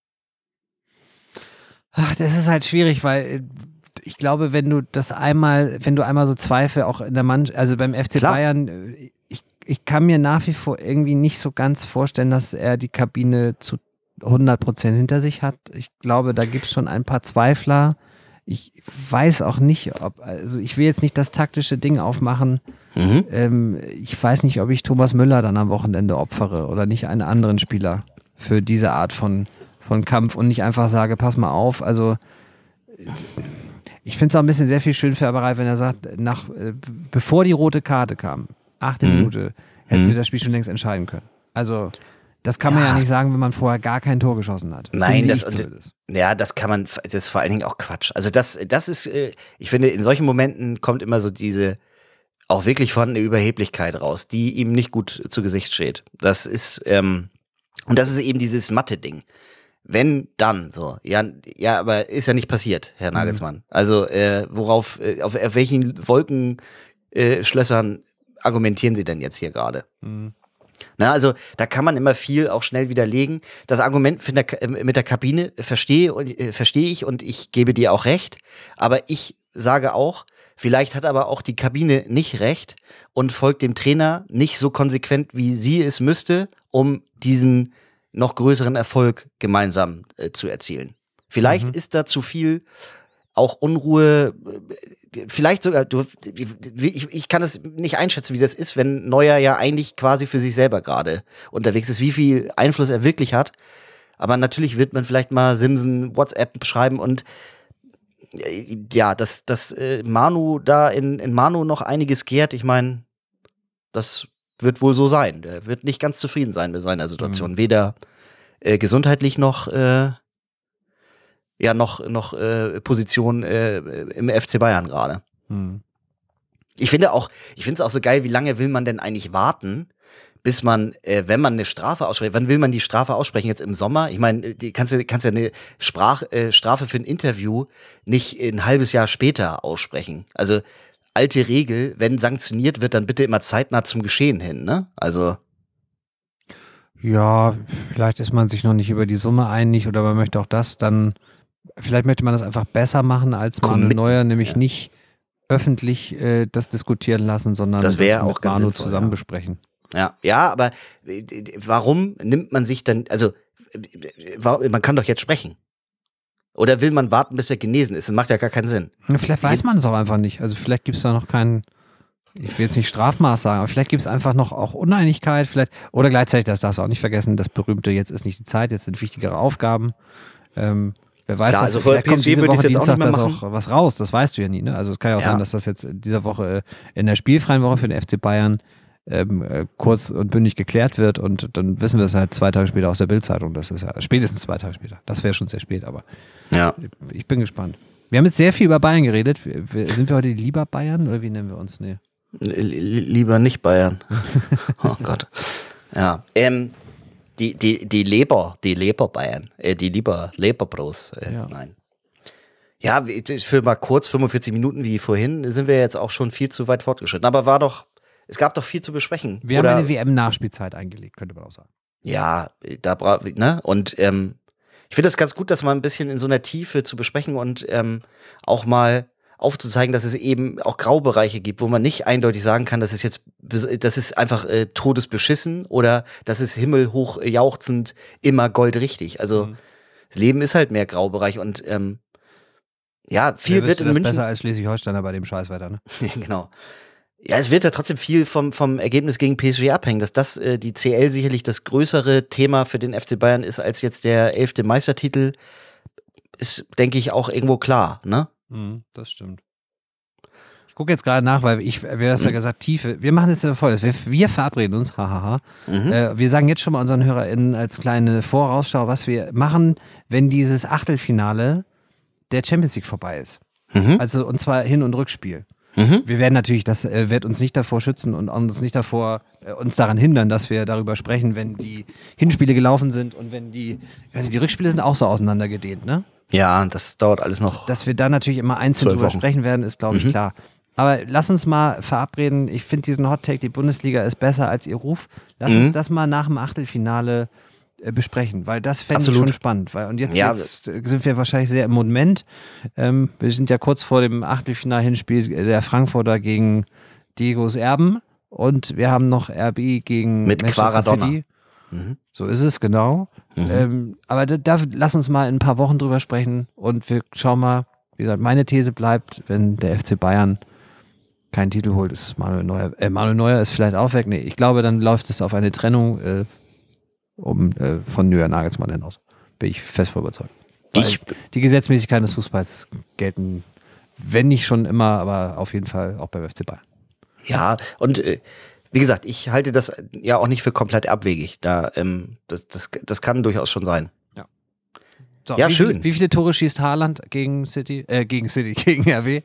Ach, das ist halt schwierig, weil ich glaube, wenn du einmal so Zweifel auch in der Mannschaft, also beim FC Klar. Bayern, ich kann mir nach wie vor irgendwie nicht so ganz vorstellen, dass er die Kabine zu 100% hinter sich hat. Ich glaube, da gibt es schon ein paar Zweifler. Ich weiß auch nicht, also ich will jetzt nicht das taktische Ding aufmachen. Ich weiß nicht, ob ich Thomas Müller dann am Wochenende opfere oder nicht einen anderen Spieler für diese Art von Kampf und nicht einfach sage, pass mal auf. Also ich finde es auch ein bisschen sehr viel Schönfärberei, wenn er sagt, bevor die rote Karte kam, 8. Minute, hätten wir das Spiel schon längst entscheiden können. Also das kann man ja nicht sagen, wenn man vorher gar kein Tor geschossen hat. Nein, das kann man, das ist vor allen Dingen auch Quatsch. Also das ist, ich finde, in solchen Momenten kommt immer so diese auch wirklich vorhandene Überheblichkeit raus, die ihm nicht gut zu Gesicht steht. Das ist, und das ist eben dieses Mathe-Ding. Wenn, dann, so. Ja, aber ist ja nicht passiert, Herr Nagelsmann. Also, auf welchen Wolkenschlössern argumentieren Sie denn jetzt hier gerade? Na, also, da kann man immer viel auch schnell widerlegen. Das Argument mit der Kabine verstehe ich und ich gebe dir auch recht. Aber ich sage auch, Vielleicht hat aber auch die Kabine nicht recht und folgt dem Trainer nicht so konsequent, wie sie es müsste, um diesen noch größeren Erfolg gemeinsam zu erzielen. Vielleicht ist da zu viel auch Unruhe, vielleicht sogar, ich kann es nicht einschätzen, wie das ist, wenn Neuer ja eigentlich quasi für sich selber gerade unterwegs ist, wie viel Einfluss er wirklich hat. Aber natürlich wird man vielleicht mal Simsen WhatsApp schreiben und ja, dass Manu da in Manu noch einiges gärt, ich meine, das wird wohl so sein. Der wird nicht ganz zufrieden sein mit seiner Situation. Weder gesundheitlich noch Position im FC Bayern gerade. Ich finde es auch so geil, wie lange will man denn eigentlich warten, bis man, wenn man eine Strafe ausspricht, wann will man die Strafe aussprechen? Jetzt im Sommer? Ich meine, kannst ja eine Strafe für ein Interview nicht ein halbes Jahr später aussprechen. Also alte Regel, wenn sanktioniert wird, dann bitte immer zeitnah zum Geschehen hin, ne? Also ja, vielleicht ist man sich noch nicht über die Summe einig oder man möchte auch das dann, vielleicht möchte man das einfach besser machen als Manuel Neuer, nämlich nicht öffentlich das diskutieren lassen, sondern das wäre auch mit ganz Manu sinnvoll, zusammen besprechen. Ja, aber warum nimmt man sich dann, also man kann doch jetzt sprechen. Oder will man warten, bis er genesen ist? Das macht ja gar keinen Sinn. Vielleicht weiß man es auch einfach nicht. Also vielleicht gibt es da noch keinen, ich will jetzt nicht Strafmaß sagen, aber vielleicht gibt es einfach noch auch Uneinigkeit, vielleicht, oder gleichzeitig, das darfst du auch nicht vergessen, das berühmte, jetzt ist nicht die Zeit, jetzt sind wichtigere Aufgaben. Wer weiß, klar, also vielleicht kommt diese Woche jetzt Dienstag auch nicht mehr das machen. auch was raus, das weißt du ja nie. Ne? Also es kann ja auch sein, dass das jetzt dieser Woche in der spielfreien Woche für den FC Bayern kurz und bündig geklärt wird und dann wissen wir es halt 2 Tage später aus der Bild-Zeitung. Das ist ja spätestens 2 Tage später. Das wäre schon sehr spät, aber ich bin gespannt. Wir haben jetzt sehr viel über Bayern geredet. Sind wir heute lieber Bayern oder wie nennen wir uns? Nee. Lieber nicht Bayern. Oh Gott. Ja. Die Leber Bayern. Die Leberbros. Nein. Ja, für mal kurz 45 Minuten wie vorhin sind wir jetzt auch schon viel zu weit fortgeschritten. Aber es gab doch viel zu besprechen. Wir haben eine WM-Nachspielzeit eingelegt, könnte man auch sagen. Ja, ne? Und ich finde das ganz gut, das mal ein bisschen in so einer Tiefe zu besprechen und auch mal aufzuzeigen, dass es eben auch Graubereiche gibt, wo man nicht eindeutig sagen kann, das ist einfach todesbeschissen oder das ist himmelhoch jauchzend immer goldrichtig. Also das Leben ist halt mehr Graubereich und viel wird in München besser als Schleswig-Holsteiner bei dem Scheißwetter, ne? Genau. Ja, es wird ja trotzdem viel vom Ergebnis gegen PSG abhängen, dass das die CL sicherlich das größere Thema für den FC Bayern ist als jetzt der 11. Meistertitel, ist, denke ich, auch irgendwo klar, ne? Das stimmt. Ich gucke jetzt gerade nach, weil wir hast ja gesagt, Tiefe. Wir machen jetzt Folgendes. Wir verabreden uns, wir sagen jetzt schon mal unseren HörerInnen als kleine Vorausschau, was wir machen, wenn dieses Achtelfinale der Champions League vorbei ist. Also, und zwar Hin- und Rückspiel. Wir werden natürlich, das wird uns nicht davor schützen und uns nicht davor, uns daran hindern, dass wir darüber sprechen, wenn die Hinspiele gelaufen sind und wenn die Rückspiele sind auch so auseinandergedehnt, ne? Ja, das dauert alles noch. Dass wir da natürlich immer einzeln drüber sprechen werden, ist, glaube ich, klar. Aber lass uns mal verabreden, ich finde diesen Hot-Take, die Bundesliga ist besser als ihr Ruf. Lass uns das mal nach dem Achtelfinale besprechen, weil das fände ich schon spannend. Und jetzt sind wir wahrscheinlich sehr im Moment. Wir sind ja kurz vor dem Achtelfinal-Hinspiel der Frankfurter gegen Diegos Erben und wir haben noch RB gegen mit Manchester City. So ist es, genau. Aber da lass uns mal in ein paar Wochen drüber sprechen und wir schauen mal, wie gesagt, meine These bleibt, wenn der FC Bayern keinen Titel holt, ist Manuel Neuer. Manuel Neuer ist vielleicht auch weg. Nee, ich glaube, dann läuft es auf eine Trennung von Julian Nagelsmann hinaus. Bin ich fest von überzeugt. Die Gesetzmäßigkeiten des Fußballs gelten, wenn nicht schon immer, aber auf jeden Fall auch beim FC Bayern. Ja, und wie gesagt, ich halte das ja auch nicht für komplett abwegig. Das kann durchaus schon sein. Ja, so, schön. Wie viele Tore schießt Haaland gegen RW?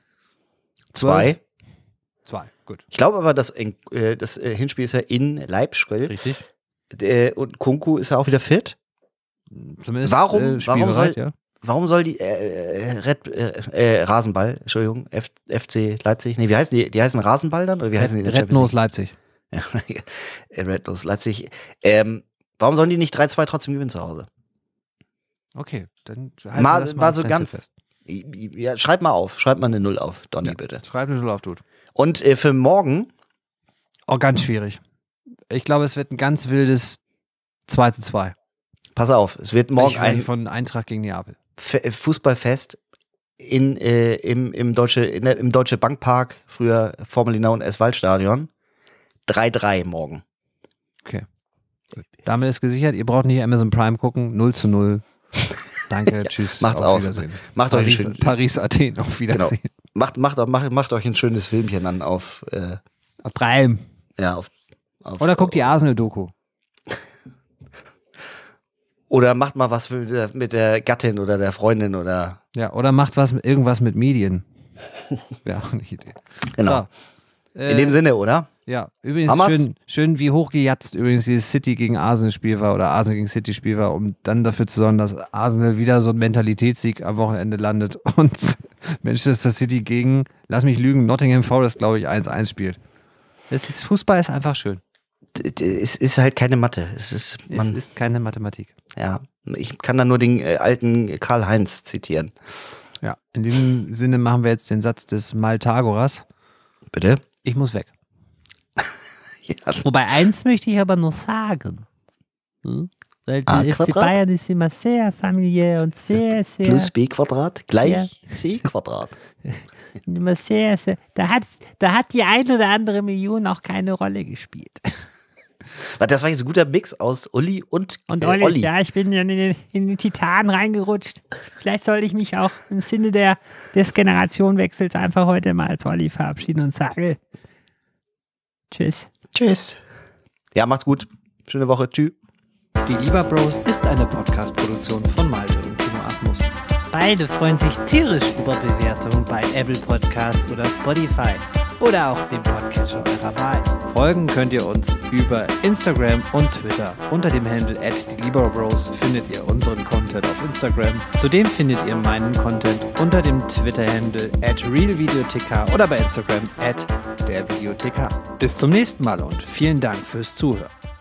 2. 2, gut. Ich glaube aber, das Hinspiel ist ja in Leipzig. Richtig. Und Kunku ist ja auch wieder fit. Zumindest warum soll die Rasenball, Entschuldigung, FC Leipzig, nee, wie heißen die? Die heißen Rasenball dann? Oder wie heißen die? Red Nose Leipzig. Ja, Red Nose Leipzig. Warum sollen die nicht 3-2 trotzdem gewinnen zu Hause? Okay, dann mal so ganz Ja, schreib mal eine 0 auf, Donny, bitte. Schreib eine 0 auf, Dude. Und für morgen? Oh, ganz schwierig. Ich glaube, es wird ein ganz wildes 2:2. Pass auf, es wird morgen ein von Eintracht gegen Neapel. Fußballfest im Deutsche Bankpark, früher formerly known as Waldstadion. 3:3 morgen. Okay. Damit ist gesichert, ihr braucht nicht Amazon Prime gucken. 0:0. Danke, tschüss. Macht's aus. Macht euch ein Paris, Athen, auf Wiedersehen. Genau. Macht euch ein schönes Filmchen an auf Prime. Ja, oder guckt die Arsenal-Doku. Oder macht mal was mit der Gattin oder der Freundin oder. Ja, oder macht irgendwas mit Medien. Wäre auch eine Idee. Genau. So, in dem Sinne, oder? Ja, übrigens schön wie hochgejatzt übrigens dieses City gegen Arsenal-Spiel war oder Arsenal gegen City-Spiel war, um dann dafür zu sorgen, dass Arsenal wieder so ein Mentalitätssieg am Wochenende landet und Manchester City gegen, lass mich lügen, Nottingham Forest, glaube ich, 1:1 spielt. Fußball ist einfach schön. Es ist halt keine Mathe. Es ist keine Mathematik. Ja, ich kann da nur den alten Karl-Heinz zitieren. Ja, in diesem Sinne machen wir jetzt den Satz des Maltagoras. Bitte? Ich muss weg. Ja. Wobei eins möchte ich aber noch sagen. Weil der FC Bayern ist immer sehr familiär und sehr, sehr... Plus B² gleich C². Immer sehr, sehr... Da hat die ein oder andere Million auch keine Rolle gespielt. Das war jetzt ein guter Mix aus Uli und Olli. Ja, ich bin in den Titan reingerutscht. Vielleicht sollte ich mich auch im Sinne des Generationenwechsels einfach heute mal als Olli verabschieden und sage Tschüss. Tschüss. Ja, macht's gut. Schöne Woche. Tschüss. Die Lieber Bros ist eine Podcast-Produktion von Malte und Timo Asmus. Beide freuen sich tierisch über Bewertungen bei Apple Podcasts oder Spotify oder auch dem Podcatcher eurer Wahl. Folgen könnt ihr uns über Instagram und Twitter. Unter dem Handle @DieLieberBros findet ihr unseren Content auf Instagram. Zudem findet ihr meinen Content unter dem Twitter-Handle @RealVideoTK oder bei Instagram @derVideoTK. Bis zum nächsten Mal und vielen Dank fürs Zuhören.